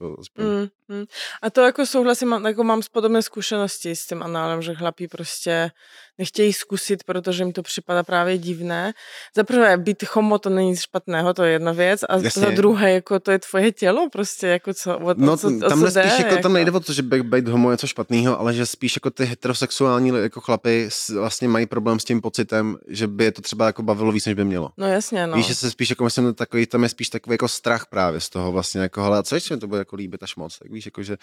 Speaker 2: aspoň.
Speaker 1: A to jako souhlasím, jako mám podobné zkušenosti s tím análem, že chlapí prostě nechtějí zkusit, protože jim to připadá právě divné. Za prvé, být homo, to není nic špatného, to je jedna věc, a za druhé, jako to je tvoje tělo, prostě, jako co,
Speaker 2: tam spíš jako tam nejde o to, že být homo je něco špatného, ale že spíš jako ty heterosexuální jako chlapy vlastně mají problém s tím pocitem, že by je to třeba jako bavilo víc, než by mělo.
Speaker 1: No jasně, no.
Speaker 2: Víš, že se spíš jako myslím takový, tam je spíš takový jako strach právě z toho vlastně jako, hele, a co ještě mi to bude jako líbit až moc, tak víš, jako že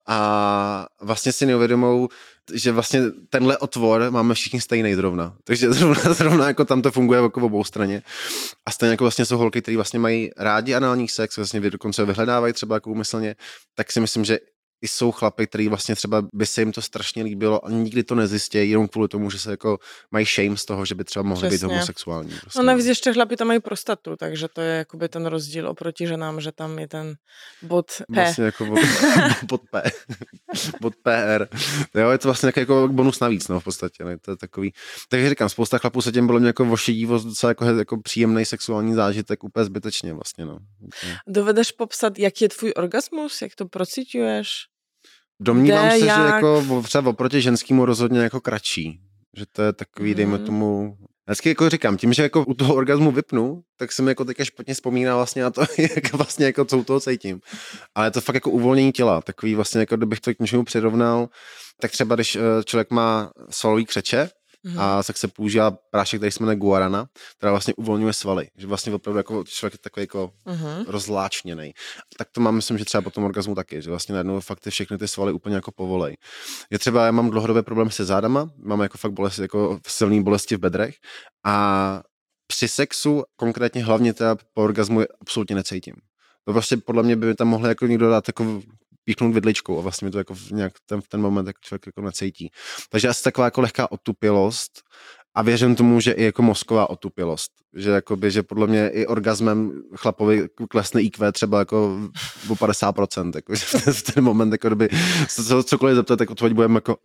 Speaker 2: a vlastně si neuvědomou, že vlastně tenhle otvor máme všichni stejný zrovna. Takže zrovna jako tam to funguje jako v obou straně. A stejně jako vlastně jsou holky, které vlastně mají rádi anální sex, vlastně dokonce vyhledávají třeba jako úmyslně, tak si myslím, že i jsou chlapy, který vlastně třeba by se jim to strašně líbilo a nikdy to nezjistějí, jenom kvůli tomu, že se jako mají shame z toho, že by třeba mohli být homosexuální. Prostě.
Speaker 1: No navíc ještě chlapi tam mají prostatu, takže to je jakoby ten rozdíl oproti ženám, že tam je ten bod P.
Speaker 2: Vlastně jako bod P. Bod PR. Jo, je to vlastně jako bonus navíc, no v podstatě. Ne? To je takový. Takže říkám, spousta chlapů se tím bylo mě jako vošedivo, docela jako příjemný sexuální zážitek úplně zbytečně vlastně, no.
Speaker 1: Dovedeš popsat, jak je tvůj orgasmus, jak to procituješ?
Speaker 2: Domnívám se, že jako třeba oproti ženskému rozhodně jako kratší. Že to je takový, dejme tomu... Vždycky jako říkám, tím, že jako u toho orgazmu vypnu, tak se mi jako teďka špatně vzpomíná vlastně na to, jak vlastně jako co u toho cítím. Ale je to fakt jako uvolnění těla. Takový vlastně, jako kdybych to k něčemu přirovnal, tak třeba když člověk má svalový křeče, a tak se používá prášek, který se jmenuje guarana, která vlastně uvolňuje svaly. Že vlastně opravdu jako člověk je takový jako rozláčněnej. Tak to mám, myslím, že třeba po tom orgazmu taky, že vlastně najednou fakt všechny ty svaly úplně jako povolej. Je třeba, já mám dlouhodobé problémy se zádama, mám jako fakt bolesti, jako silné bolesti v bedrech a při sexu, konkrétně hlavně teda po orgazmu, absolutně necítím. To prostě podle mě by tam mohli jako někdo dát jako píchnout vidličkou a vlastně mi to jako v ten moment jako člověk jako necítí. Takže asi taková jako lehká otupělost a věřím tomu, že i jako mozková otupělost. Že jakoby, že podle mě i orgazmem chlapovi klesne IQ třeba jako o 50%. Jako, v ten moment, jako kdyby se cokoliv zeptat, tak odpověď budeme jako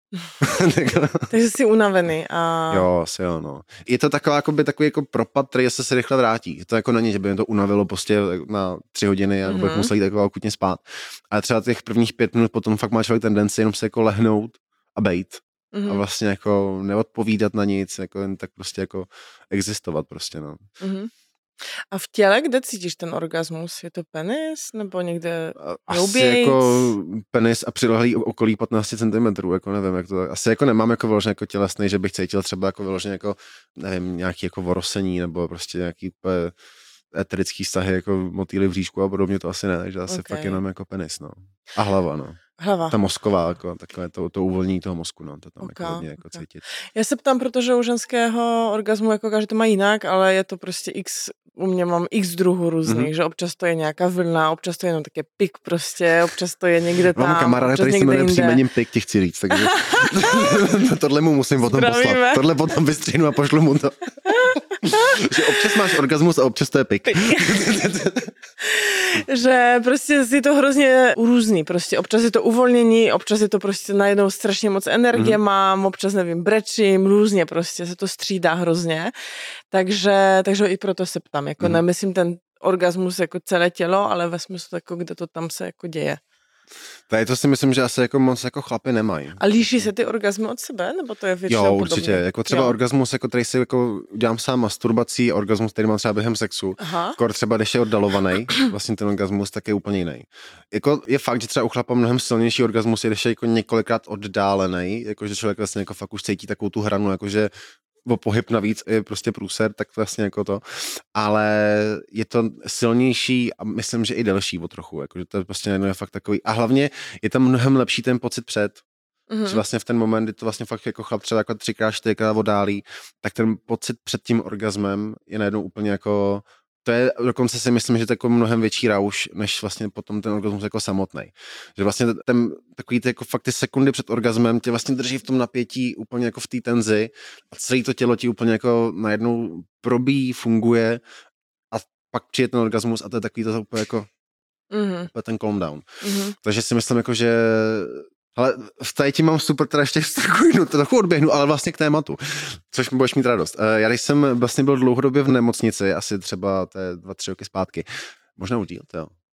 Speaker 1: Takže jsi unavený. A...
Speaker 2: Jo, asi jo, no. Je to takový jako propad, který se rychle vrátí. Je to jako není, že by mě to unavilo prostě na 3 hodiny a bych musel jít jako akutně spát. Ale třeba těch prvních 5 minut potom fakt má člověk tendenci jenom se jako lehnout a bejt. A vlastně jako neodpovídat na nic, jako jen tak prostě jako existovat prostě, no.
Speaker 1: A v těle, kde cítíš ten orgasmus? Je to penis nebo někde
Speaker 2: asi jako penis a přilehlý okolí 15 cm, jako nevím, jak to, asi jako nemám jako vyloženě jako tělesný, že bych cítil třeba jako vyloženě jako, nevím, nějaký jako vorosení nebo prostě nějaký úplně eterický vztahy, jako motýly v říšku a podobně, to asi ne, takže asi fakt jenom jako penis, no. A hlava, no. Ta mozková, jako takové to uvolnění toho mozku, no, to tam jako hodně jako cítit.
Speaker 1: Já se ptám, protože u ženského orgazmu jako každý to má jinak, ale je to prostě u mě mám x druhů různých, že občas to je nějaká vlna, občas to je jenom také pik prostě, občas to je někde tam,
Speaker 2: mám kamaráda, který se jmenuje příjmením pik, ti chci říct, takže tohle mu musím potom poslat. Tohle potom vystřihnu a pošlu mu to. Že občas máš orgasmus a občas to je pik.
Speaker 1: Že prostě si to hrozně různý, prostě občas je to uvolnění, občas je to prostě najednou strašně moc energie mám, občas nevím, brečím, různě prostě se to střídá hrozně, takže i proto se ptám, jako nemyslím ten orgasmus jako celé tělo, ale ve smyslu jako, kde to tam se jako děje.
Speaker 2: Tady to si myslím, že asi jako moc jako chlapy nemají.
Speaker 1: A líší se ty orgasmy od sebe, nebo to je většinou
Speaker 2: podobně? Jo, určitě. Jako třeba orgasmus, jako který si jako dělám sám masturbací, orgasmus, který mám třeba během sexu. Skoro třeba, když je oddalovaný, vlastně ten orgasmus, tak je úplně jiný. Jako je fakt, že třeba u chlapa mnohem silnější orgasmus je, když je jako několikrát oddálený, jakože člověk vlastně jako fakt už cítí takovou tu hranu, jakože o pohyb navíc je prostě průser, tak vlastně jako to, ale je to silnější a myslím, že i delší o trochu, jakože to je prostě je fakt takový a hlavně je tam mnohem lepší ten pocit před, že vlastně v ten moment, kdy to vlastně fakt jako chlap třeba jako 3x, 4x oddálí, tak ten pocit před tím orgasmem je najednou úplně jako to je, dokonce si myslím, že to je jako mnohem větší rauš, než vlastně potom ten orgasmus jako samotnej. Že vlastně takový ty jako fakt ty sekundy před orgasmem tě vlastně drží v tom napětí úplně jako v té tenzi a celé to tělo ti úplně jako najednou probíjí, funguje a pak přijde ten orgasmus a to je takový to úplně jako úplně ten calm down. Takže si myslím jako, že ale v tady tím mám super teda ještě trochu odběhnu, ale vlastně k tématu, což budeš mít radost. Já když jsem vlastně byl dlouhodobě v nemocnici, asi třeba 2-3 roky zpátky, možná už díl, jo.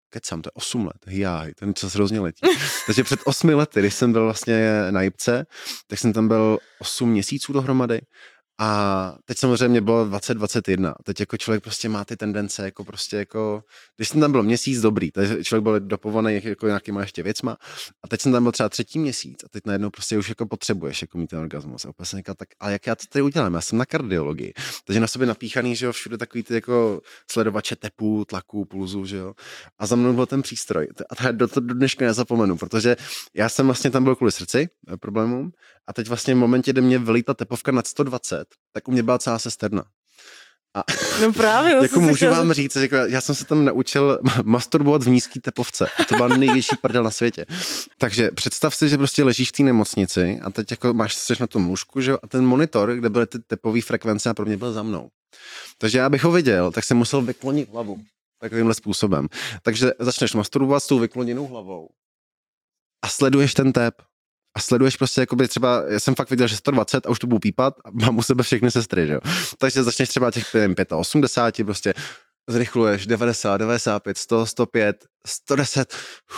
Speaker 2: kecám, to je 8 let, jáj, ten čas hrozně letí. Takže před 8 lety, když jsem byl vlastně na Jipce, tak jsem tam byl 8 měsíců dohromady. A teď samozřejmě bylo 2021. Teď jako člověk prostě má ty tendence, jako prostě jako, když jsem tam byl měsíc dobrý, takže člověk byl dopovaný jako nějakýma ještě věcma a teď jsem tam byl třeba 3. měsíc a teď najednou prostě už jako potřebuješ jako mít ten orgasmus. A úplně jsem říkal, tak a jak já to tady udělám? Já jsem na kardiologii. Takže na sobě napíchaný, že jo, všude takový ty jako sledovače tepů, tlaku, pulzu, že jo. A za mnou byl ten přístroj. A do dneška nezapomenu, protože já jsem vlastně tam byl kvůli srdci, problémům. A teď vlastně v momentě, kdy mě vylítla tepovka nad 120, tak u mě byla celá sesterna. A
Speaker 1: no právě.
Speaker 2: jako můžu vám říct, jako já jsem se tam naučil masturbovat v nízký tepovce. A to byla největší prdel na světě. Takže představ si, že prostě ležíš v té nemocnici a teď jako seš na tom lůžku, že jo, a ten monitor, kde byly ty tepové frekvence a pro mě byl za mnou. Takže já abych ho viděl, tak jsem musel vyklonit hlavu takovýmhle způsobem. Takže začneš masturbovat s tou vykloněnou hlavou a sleduješ ten tep. A sleduješ prostě, jakoby třeba, já jsem fakt viděl, že 120 a už to budu pípat a mám u sebe všechny sestry, že jo. Takže začneš třeba těch 85, prostě zrychluješ 90, 95, 100, 105, 110.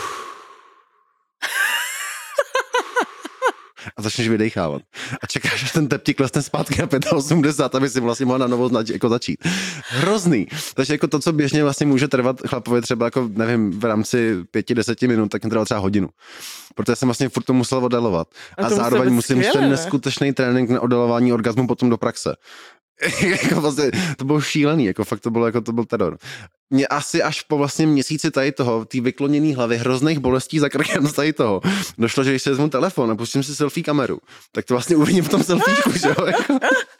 Speaker 2: A začneš vydechávat. A čekáš, že ten tep ti klesne zpátky na 85, aby si vlastně mohl na novo jako začít. Hrozný. Takže jako to, co běžně vlastně může trvat chlapovi třeba jako, nevím, v rámci 5-10 minut, tak trvá třeba hodinu. Protože jsem vlastně furt to musel oddalovat. A zároveň musím mít ten neskutečný trénink na oddalování orgazmu potom do praxe. Jako vlastně, to bylo šílený, jako fakt to byl teror. Mě asi až po vlastně měsíci tady toho, té vykloněné hlavy, hrozných bolestí za krkem z tady toho, došlo, že když si vezmu telefon a pustím si selfie kameru, tak to vlastně uvidím v tom selfiečku, že jo? Jako.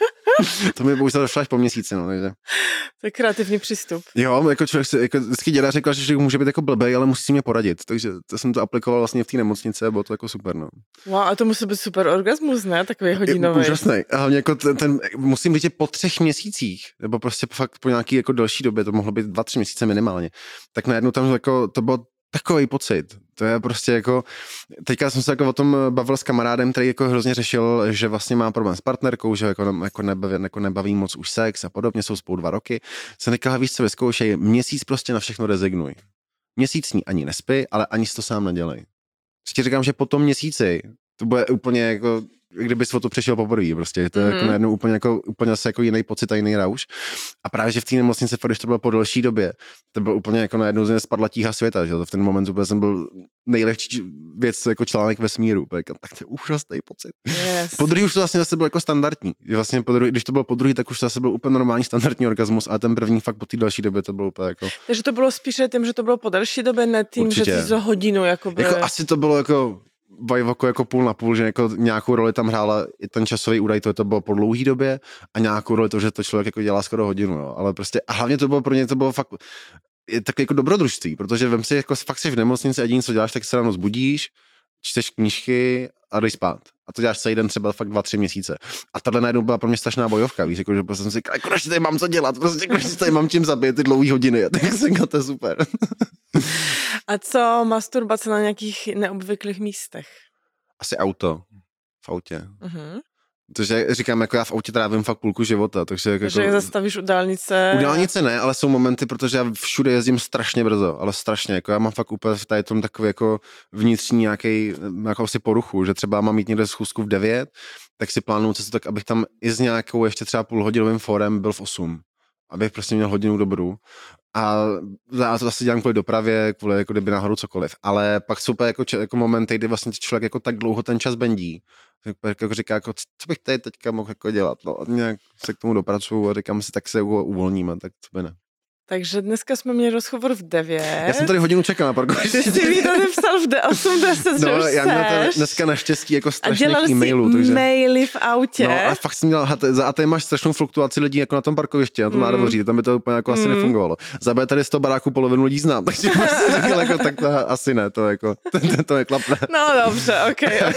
Speaker 2: To mi bohužel došlo až po měsíci, no, takže.
Speaker 1: To je kreativní přístup.
Speaker 2: Jo, jako člověk si, jako vždycky děda řekla, že může být jako blbej, ale musí si mě poradit, takže to jsem to aplikoval vlastně v té nemocnici a bylo to jako super, no.
Speaker 1: Wow, a to musí být super orgasmus, ne? Takový hodinový.
Speaker 2: Úžasný. A hlavně jako ten musím říct, po 3 měsících, nebo prostě fakt po nějaký jako delší době, to mohlo být 2-3 měsíce minimálně, tak najednou tam jako, to bylo takový pocit. To je prostě jako, teďka jsem se jako o tom bavil s kamarádem, který jako hrozně řešil, že vlastně má problém s partnerkou, že jako nebaví moc už sex a podobně, jsou spolu 2 roky. Jsem říkal, víš co, vyzkoušej, měsíc prostě na všechno rezignuj. Měsíc ní ani nespí, ale ani si to sám nedělej. Ti říkám, že po tom měsíci to bude úplně jako, kdybys o to přišel poprvé, prostě. To je jako najednou úplně zase jako jiný pocit a jiný rauš. A právě, že v té nemocnici, když to bylo po delší době, to bylo úplně jako najednou z spadla tíha světa, že v ten moment úplně jsem byl nejlehčí věc jako článek vesmíru. Tak to je úžasný pocit.
Speaker 1: Yes.
Speaker 2: Po druhý už to vlastně zase bylo jako standardní. Vlastně když to bylo po druhý, tak už to zase byl úplně normální standardní orgasmus, a ten první fakt po té další době to bylo úplně jako.
Speaker 1: Takže to bylo spíše tím, že to bylo po delší době, ne tím, určitě. Že ty za hodinu jako
Speaker 2: asi to bylo jako vajvoko jako půl na půl, že jako nějakou roli tam hrála i ten časový údaj, to bylo po dlouhý době, a nějakou roli to, že to člověk jako dělá skoro hodinu, jo. Ale prostě a hlavně to bylo pro ně, to bylo fakt tak jako dobrodružství, protože vem si, jako fakt jsi v nemocnici a jediné, co děláš, tak se ráno zbudíš, čteš knížky a jdeš spát. A to děláš celý den třeba fakt 2-3 měsíce. A tahle najednou byla pro mě strašná bojovka, víš, jako, že prostě jsem si říkal, konečně tady mám co dělat, prostě konečně tady mám čím zabít ty dlouhý hodiny. A tak jsem říkal, to je super.
Speaker 1: A co masturbace na nějakých neobvyklých místech?
Speaker 2: Asi auto. V autě. Takže říkám, jako já v autě trávím fakt půlku života, takže
Speaker 1: jak zastavíš u dálnice?
Speaker 2: U dálnice ne, ale jsou momenty, protože já všude jezdím strašně brzo, ale strašně, jako já mám fakt úplně v tady tom takový jako vnitřní nějakou si poruchu, že třeba mám mít někde schůzku v 9, tak si plánuju cestu tak, abych tam i s nějakou ještě třeba půlhodinovým fórem byl v 8, abych prostě měl hodinu dobrou. A já to zase dělám kvůli dopravě, kvůli jako kdyby náhodou cokoliv. Ale pak jsou jako momenty, kdy vlastně člověk jako tak dlouho ten čas bendí. Jako říká, jako, co bych tady teďka mohl jako dělat. No, a nějak se k tomu dopracuju a říkám si, tak se uvolníme, tak co by ne.
Speaker 1: Takže dneska jsme měli rozhovor v 9.
Speaker 2: Já jsem tady hodinu čekal na parkovišti.
Speaker 1: Ty jsi mi tady psal v 8:10, že už
Speaker 2: já měl tady dneska naštěstí jako strašných e-mailů.
Speaker 1: Takže maily v autě.
Speaker 2: No a fakt jsem měl, a tady máš strašnou fluktuaci lidí jako na tom parkovišti, na tom nároveří, tam by to úplně jako asi nefungovalo. Zabije tady z toho baráku polovinu lidí znám, takže jsem říkal, jako, tak to asi ne, to jako, to je klapné.
Speaker 1: No dobře, ok.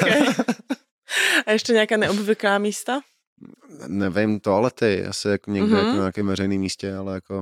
Speaker 1: A ještě nějaká neobvyklá místa?
Speaker 2: Nevím, toalety, asi jako někde jako na nějakém veřejném místě, ale jako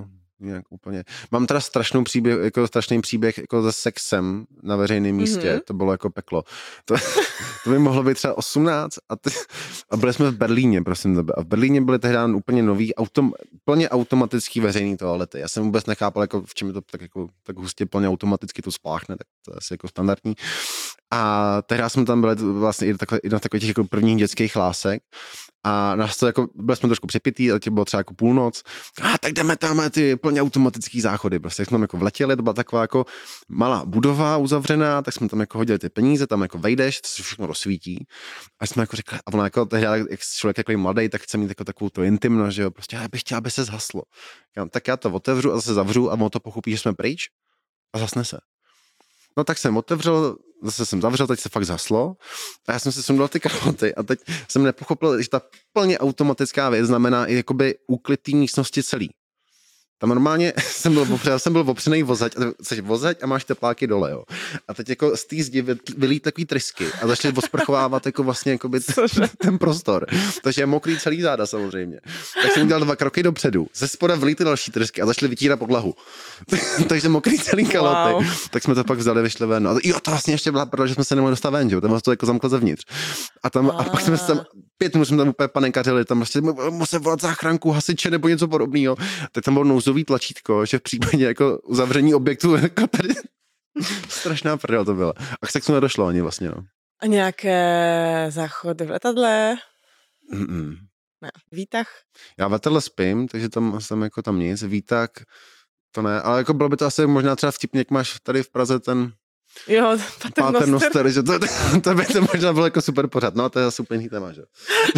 Speaker 2: nějak úplně. Mám teda strašný příběh jako se sexem na veřejném místě, to bylo jako peklo. To by mohlo být třeba 18 a byli jsme v Berlíně, prosím tebe. A v Berlíně byly tehdy úplně nový, plně automatický veřejný toalety. Já jsem vůbec nechápal, jako v čem je to tak hustě plně automaticky to spláchne, tak to je asi jako standardní. A tehdy jsme tam byli vlastně jedna z takových jako prvních dětských lásek. A nás to jako, byli jsme trošku přepitý, a to bylo třeba jako půlnoc. Tak jdeme tam ty plně automatický záchody. Prostě jsme tam jako vletěli, to byla taková jako malá budova uzavřená, tak jsme tam jako hodili ty peníze, tam jako vejdeš, to se všechno rozsvítí. A jsme jako řekli, a ona jako tehdy, jak člověk jako mladý, tak chce mít jako takovou to intimnost, že jo, prostě já bych chtěla, aby se zhaslo. Tak já to otevřu a zase zavřu a ono to pochopí, že jsme pryč a zasne se. No tak jsem otevřel, zase jsem zavřel, teď se fakt zaslo a já jsem si sundal ty kalhoty a teď jsem nepochopil, že ta plně automatická věc znamená i jakoby úklid té místnosti celý. Tam normálně jsem byl opřenej vozeď, jsi vozeď a máš tepláky dole, jo. A teď jako z té zdi vylít takový trysky a začali osprchovávat jako vlastně jakoby ten prostor. Takže je mokrý celý záda samozřejmě. Tak jsem udělal 2 kroky dopředu. Ze spoda vylítly další trysky a začali vytírat podlahu. Takže mokrý celý kaloty. Wow. Tak jsme to pak vzali, vyšli ven. A jo, to vlastně ještě byla pravda, že jsme se nemohli dostat ven, že jo. Tam to jako zamklo zevnitř. A pak jsme se tam 5 minut jsme tam úplně panikařili, tam prostě musím volat záchranku, hasiče nebo něco podobného. Tak tam bylo nouzový tlačítko, že v případě jako uzavření objektu jako tady strašná prdel to byla. A k sexu nedošlo ani vlastně, no.
Speaker 1: A nějaké záchody v letadle? Ne. Výtah?
Speaker 2: Já v letadle spím, takže tam jako tam nic. Výtah to ne, ale jako bylo by to asi možná třeba vtipně, jak máš tady v Praze ten Paternoster, že to by to možná bylo jako super pořád. No, to je asi úplně jiný téma, že?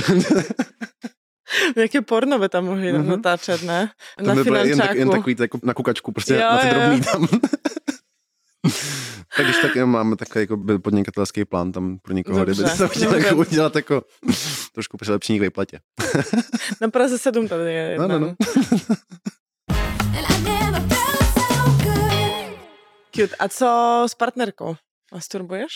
Speaker 1: Jaké porno by tam mohli natáčet, ne?
Speaker 2: Na finančáku. Jen takový jako na kukačku, prostě na ty drobný tam. Tak když tak máme takový jako podnikatelský plán tam pro někoho, kdyby se chtěl jako udělat jako trošku přilepšení k výplatě.
Speaker 1: Na Praze 7 tady je jedna.
Speaker 2: No.
Speaker 1: Cute. A co s partnerkou? Masturbuješ?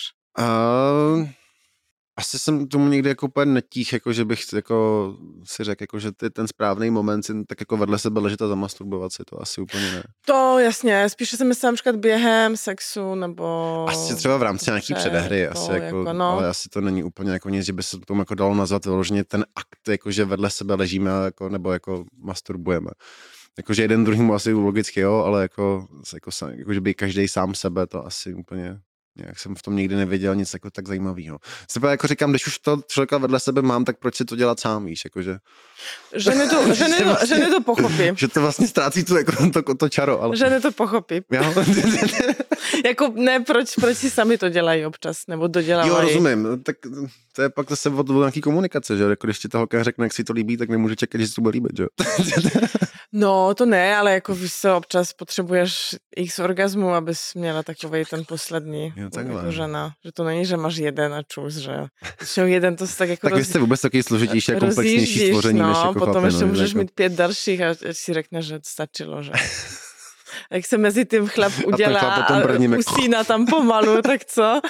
Speaker 2: Asi jsem tomu někdy jako úplně netích, jako že bych jako si řekl, jako že ten správný moment si tak jako vedle sebe ležet a zamasturbovat si, to asi úplně ne.
Speaker 1: To jasně, spíše jsem myslela například během sexu, nebo...
Speaker 2: Asi třeba v rámci nějaký předehry, asi jako no. Ale asi to není úplně jako nic, že by se tomu jako dalo nazvat vyloženě ten akt, jako že vedle sebe ležíme jako, nebo jako masturbujeme. Jakože jeden druhýmu asi logicky jo, ale jako že by každý sám sebe, to asi úplně... Jak jsem v tom nikdy nevěděl nic jako tak zajímavého. Sebe jako říkám, když už to člověka vedle sebe mám, tak proč si to dělat sám, víš, jakože... Ženy to pochopí. Že to vlastně ztrácí to čaro, ale...
Speaker 1: Ženy to pochopí. Jako ne, proč si sami to dělají občas, nebo dodělávají.
Speaker 2: Jo, rozumím, tak to je pak zase od nějaký komunikace, že jako když ti ta holka řekne, jak si to líbí, tak nemůže čekat, že si to bude líbit, že jo.
Speaker 1: No, to ne, ale jako víš co, občas potřebuješ x orgazmu, abys měla takovej ten poslední. Jako žena, že to není, že máš jeden a čus, že jeden to se tak jako...
Speaker 2: Tak vy jste vůbec taky složitější a komplexnější stvoření, než jako
Speaker 1: potom
Speaker 2: chlapi,
Speaker 1: ještě můžeš
Speaker 2: jako...
Speaker 1: mít 5 dalších a si řekneš, že to stačilo, že... Jak se mezi tím chlap udělá a usíná tam pomalu, tak co?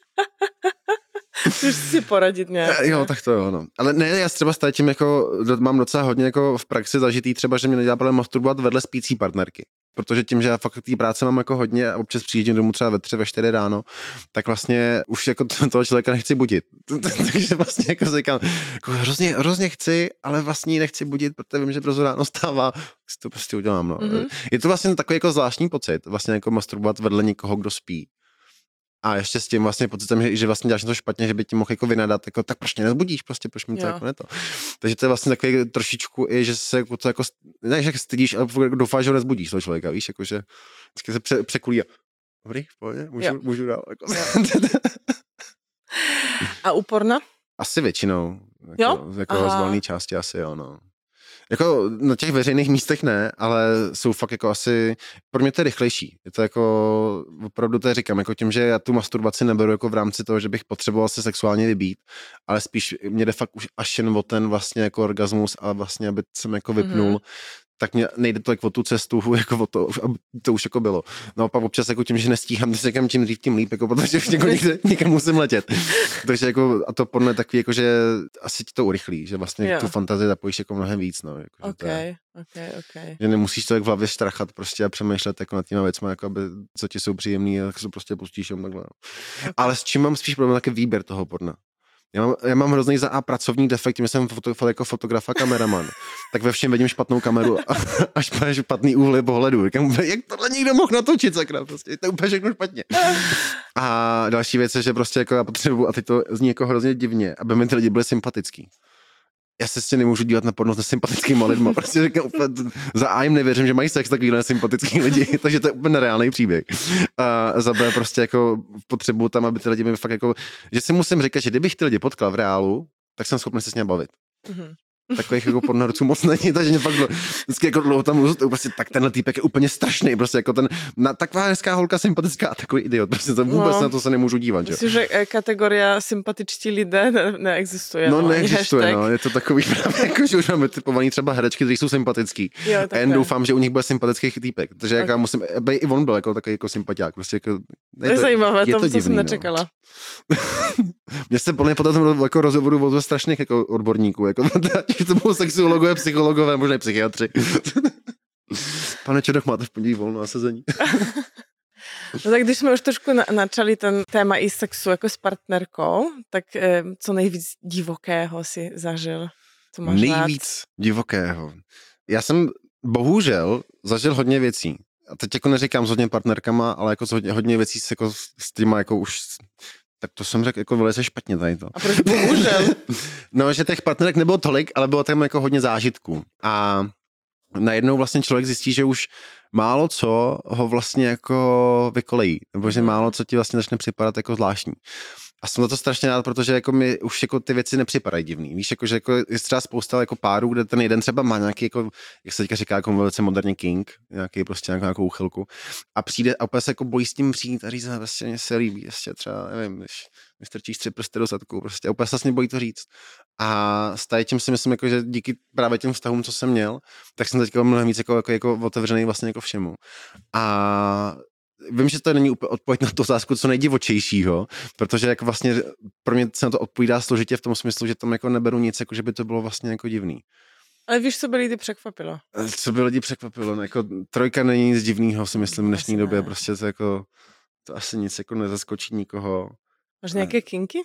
Speaker 1: Už si poradit nějak.
Speaker 2: Jo, tak to jo, no. Ale ne, já třeba s tím jako mám docela hodně jako v praxi zažitý třeba, že mě nedělá problém masturbovat vedle spící partnerky. Protože tím, že já fakt té práce mám jako hodně a občas přijíždím domů třeba ve 3, ve 4 ráno, tak vlastně už jako toho člověka nechci budit. Takže vlastně jako si říkám, jako hrozně chci, ale vlastně nechci budit, protože vím, že brzo ráno stává, si to prostě udělám, no. Je to vlastně takový jako zvláštní pocit, vlastně jako masturbovat vedle někoho, kdo spí. A ještě s tím vlastně pocitem, že vlastně děláš něco špatně, že by ti mohl jako vynadat, jako, tak proč mě nezbudíš, prostě proč mi to jako neto. Takže to je vlastně takový trošičku i, že se jako to jako, ne, že stydíš, ale doufáš, že ho nezbudíš toho člověka, víš, jako, že vždycky se překulí a dobrý, v pohodě, můžu dál. Jako.
Speaker 1: A u porna?
Speaker 2: Asi většinou, jako z volné části asi jo, no. Jako na těch veřejných místech ne, ale jsou fakt jako asi, pro mě to je rychlejší. Je to jako, opravdu to říkám, jako tím, že já tu masturbaci neberu jako v rámci toho, že bych potřeboval se sexuálně vybít, ale spíš mě jde fakt už až jen o ten vlastně jako orgasmus a vlastně, aby jsem jako vypnul, tak mě nejde to jako o tu cestu, jako o to už jako bylo. No a pak občas jako tím, že nestíhám, tak říkám, čím dřív, tím líp, jako protože jako někam musím letět. Takže jako, a to podle takový, jako, že asi ti to urychlí, že vlastně tu fantazii zapojíš jako mnohem víc, no. Jako,
Speaker 1: okay.
Speaker 2: Že nemusíš to jak v hlavě štrachat prostě a přemýšlet jako nad těma věcma, jako aby, co ti jsou příjemný, a tak se prostě pustíš jen takhle. Okay. Ale s čím mám spíš problém, taky výběr toho porna. Já mám hrozný pracovní defekt, tím jsem jako fotograf a kameraman. Tak ve všem vidím špatnou kameru a špatný úhly pohledu. Říkám, jak tohle někdo mohl natočit, sakra, prostě, to je úplně všechno špatně. A další věc je, že prostě jako já potřebuji, a teď to zní jako hrozně divně, aby mi ty lidi byli sympatický. Já se prostě nemůžu dívat na porno s nesympatickými lidmi. Prostě říkám, za A jim nevěřím, že mají sex takovýhle nesympatický lidi, takže to je úplně nereálný příběh. A za B prostě jako potřebuju tam, aby ty lidi mi fakt jako, že si musím říkat, že kdybych ty lidi potkal v reálu, tak jsem schopný se s ním bavit. Mm-hmm. Takových jako pornoherců moc není, takže mě fakt vždycky jako dlouho tam lůzu, prostě tak tenhle týpek je úplně strašný, prostě jako taková hezká holka sympatická a takový idiot, prostě to vůbec na to se nemůžu dívat.
Speaker 1: Myslím, že kategoria sympatičtí lidé neexistuje.
Speaker 2: No neexistuje, no, je to takový právě, jako, že už máme typovaný třeba herečky, kteří jsou sympatický. Jo, a jen doufám, že u nich bude sympatický týpek, protože jak já musím, i on byl jako takový jako sympatiák, prostě jako...
Speaker 1: To je zajímavé, to jsem nečekala.
Speaker 2: Mně se plně potom jako rozhovoru od strašných jako odborníků, jako to budou sexuologové, psychologové, možná i psychiatři. Pane Čedok, máte v pondělí volno na sezení.
Speaker 1: No tak když jsme už trošku načali ten téma i sexu jako s partnerkou, tak co nejvíc divokého si zažil? Co máš
Speaker 2: nejvíc divokého. Já jsem bohužel zažil hodně věcí. A teď jako neříkám s hodně partnerkama, ale jako hodně věcí jako s těma jako už... Tak to jsem řekl jako velice špatně tady to.
Speaker 1: A proč bohužel?
Speaker 2: No, že těch partnerek nebylo tolik, ale bylo tam jako hodně zážitků. A najednou vlastně člověk zjistí, že už málo co ho vlastně jako vykolejí. Nebo že málo co ti vlastně začne připadat jako zvláštní. A jsem to strašně rád, protože jako mi už jako ty věci nepřipadají divný. Víš, jako, že jako je třeba spousta jako párů, kde ten jeden třeba má nějaký, jako, jak se teďka říká, jako velice moderně king, nějaký prostě nějakou úchylku. A přijde a úplně se jako bojí s tím přijít a říct, prostě mě se líbí, ještě třeba, nevím, když mi strčíš 3 prsty do zadku, prostě a úplně se vlastně bojí to říct. A s tím si myslím, jako, že díky právě těm vztahům, co jsem měl, tak jsem teďka mnohem víc jako otevřený vlastně jako všemu. A vím, že to není úplně odpověď na tu otázku co nejdivočejšího, protože jako vlastně pro mě se na to odpovídá složitě v tom smyslu, že tam jako neberu nic, jako že by to bylo vlastně jako divný.
Speaker 1: Ale víš, co by lidi překvapilo?
Speaker 2: Co by lidi překvapilo? No, jako trojka není nic divného, si myslím, v dnešní době. Prostě to jako, to asi nic jako nezaskočí nikoho.
Speaker 1: Máš nějaké kinky?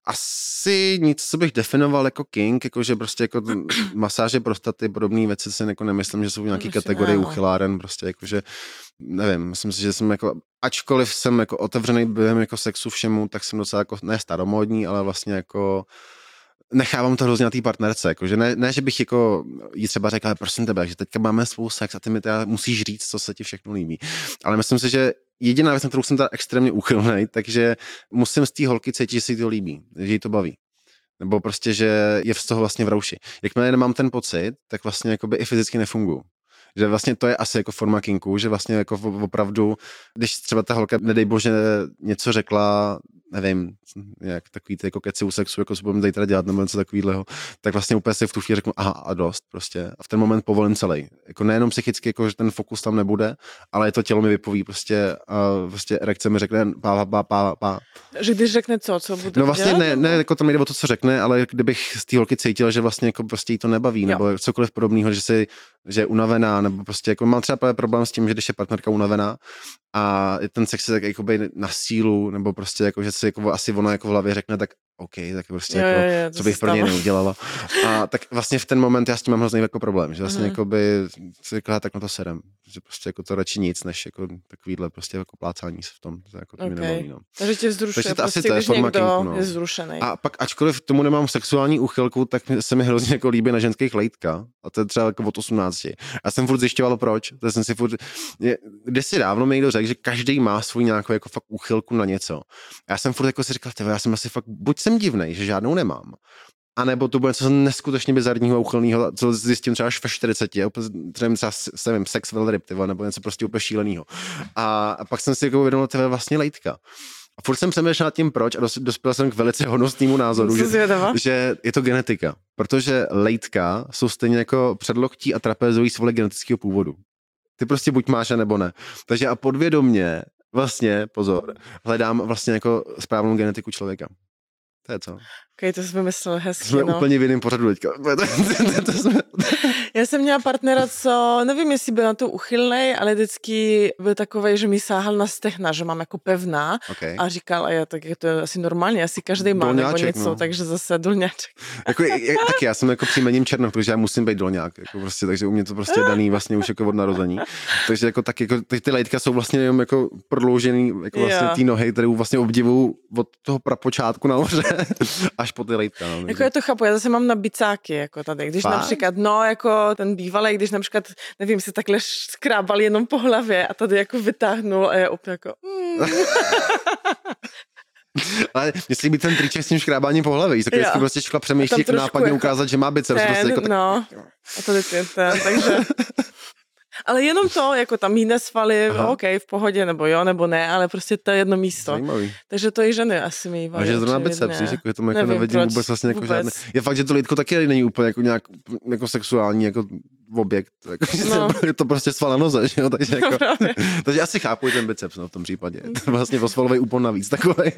Speaker 2: Asi nic, co bych definoval jako kink, jakože prostě jako masáže prostaty, podobné věci si jako nemyslím, že jsou v nějaké kategorii uchyláren, prostě jakože, nevím, myslím si, že jsem jako, ačkoliv jsem jako otevřený během jako sexu všemu, tak jsem docela jako, ne staromódní, ale vlastně jako nechávám to hrozně na té partnerce, jakože ne, že bych jako jí třeba řekl, prosím tebe, že teďka máme spolu sex a ty mi teda musíš říct, co se ti všechno líbí. Ale myslím si, že jediná věc, na kterou jsem teda extrémně úchylnej, takže musím z té holky cítit, že si to líbí, že jí to baví. Nebo prostě, že je z toho vlastně v rauši. Jakmile nemám ten pocit, tak vlastně jakoby i fyzicky nefunguji. Že vlastně to je asi jako forma kinku, že vlastně jako opravdu, když třeba ta holka, nedej bože, něco řekla, nevím, jak takový ty jako keci u sexu, jako se budeme tady teda dělat nebo něco takovýhleho, tak vlastně úplně si v tu chvíli řeknu, aha a dost prostě. A v ten moment povolím celý. Jako nejenom psychicky, jako že ten fokus tam nebude, ale to tělo mi vypoví prostě a prostě erekce mi řekne pá.
Speaker 1: Že když řekne co bude
Speaker 2: no vlastně
Speaker 1: dělat?
Speaker 2: ne, jako tam nejde o to, co řekne, ale kdybych z té holky cítil, že vlastně jako prostě jí to nebaví, nebo cokoliv podobného, že je unavená, nebo prostě jako mám třeba problém s tím, že když je partnerka unavená a ten sex je tak jakoby na sílu, nebo prostě jako, že si jako asi ona jako v hlavě řekne, tak OK, tak prostě jako, co bych pro něj neudělala. A tak vlastně v ten moment já s tím mám hrozný jako problém, že vlastně jakoby si říkala, tak na to serem, že prostě jako to radši nic, než jako takovýhle prostě jako plácání se v tom, to jako to mi nebaví, no.
Speaker 1: Takže tě vzrušuje,
Speaker 2: takže to
Speaker 1: prostě,
Speaker 2: asi
Speaker 1: když někdo je zrušený.
Speaker 2: A pak ačkoliv tomu nemám sexuální úchylku, tak se mi hrozně jako líbí na ženských lejtka, a to je třeba jako od 18. Já jsem furt zjišťoval proč, to jsem si kdysi dávno mi někdo řekl, že každý má svůj nějakou jako fakt úchylku na něco. Já jsem furt jako si říkal, já jsem asi fakt, buď jsem divnej, že žádnou nemám, a nebo to bude něco neskutečně bizarního a uchylného, co zjistím třeba až ve 40, třeba nevím, sex velryb, nebo něco prostě úplně šílenýho. A pak jsem si jako uvědomil, to je vlastně lejtka. A furt jsem přemýšlel nad tím proč a dospěl jsem k velice hodnostnému názoru, že je to genetika. Protože lejtka jsou stejně jako předloktí a trapézový svaly genetického původu. Ty prostě buď máš, nebo ne. Takže a podvědomě vlastně, pozor, hledám vlastně jako správnou genetiku člověka. To je co?
Speaker 1: Okay, to jsme mysleli hezky,
Speaker 2: jsme úplně v jiném pořadu teďka.
Speaker 1: Já jsem měla partnera, co, nevím, jestli byl na to uchylnej, ale vždycky byl takovej, že mi sáhal na stehna, že mám jako pevná a říkal, a já tak je to asi normálně, asi každý má nebo něco, takže zase dolňáček.
Speaker 2: Taky já jsem jako příjmením Černoch, protože já musím být dolňák, jako prostě, takže u mě to prostě je daný vlastně už jako od narození. Takže jako tak jako ty lejtka jsou vlastně jenom jako prodloužený jako vlastně ty nohy, které vlastně obdivuju od toho prapočátku nahoře až po ty lejtka. No,
Speaker 1: jako já to chápu, já zase mám na bicáky, jako tady, když například, jako ten bývalý, když například, nevím, se takhle skrábal jenom po hlavě a tady jako vytáhnul a je opět jako...
Speaker 2: Ale myslí být ten triček s tím škrábáním po hlavě, tak vždycky prostě šla přemýšlí, jak nápadně ukázat, že má biceps. Prostě jako tak...
Speaker 1: No, a tady ten, takže... Ale jenom to, jako tam jiné svaly, OK, v pohodě, nebo jo, nebo ne, ale prostě to je jedno místo.
Speaker 2: Zajímavý.
Speaker 1: Takže to i ženy asi mývají.
Speaker 2: A že zrovna biceps, jako, to jako nevidím vůbec vlastně jako žádné. Je fakt, že to lidko taky není úplně jako nějak jako sexuální jako objekt. Jako, je to prostě sval na noze, že jo? Takže, jako, takže asi chápu ten biceps v tom případě. To vlastně osvalový úpon navíc takovej.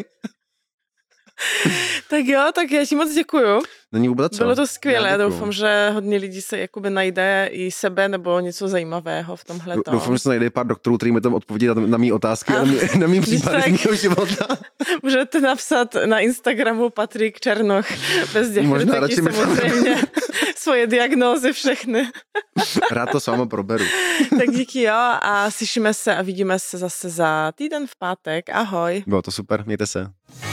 Speaker 1: Tak jo, tak já ti moc děkuju.
Speaker 2: Není vůbec co.
Speaker 1: Bylo to skvělé, doufám, že hodně lidí se jakoby najde i sebe nebo něco zajímavého v tomhle.
Speaker 2: Doufám, že se najde pár doktorů, který mi tam odpovědí na mý otázky, na mý případy z mýho života.
Speaker 1: Můžete napsat na Instagramu Patrik Černoch bez taky samozřejmě svoje diagnózy všechny.
Speaker 2: Rád to s váma proberu.
Speaker 1: Tak díky, jo, a slyšíme se a vidíme se zase za týden v pátek. Ahoj.
Speaker 2: Bylo to super, mějte se.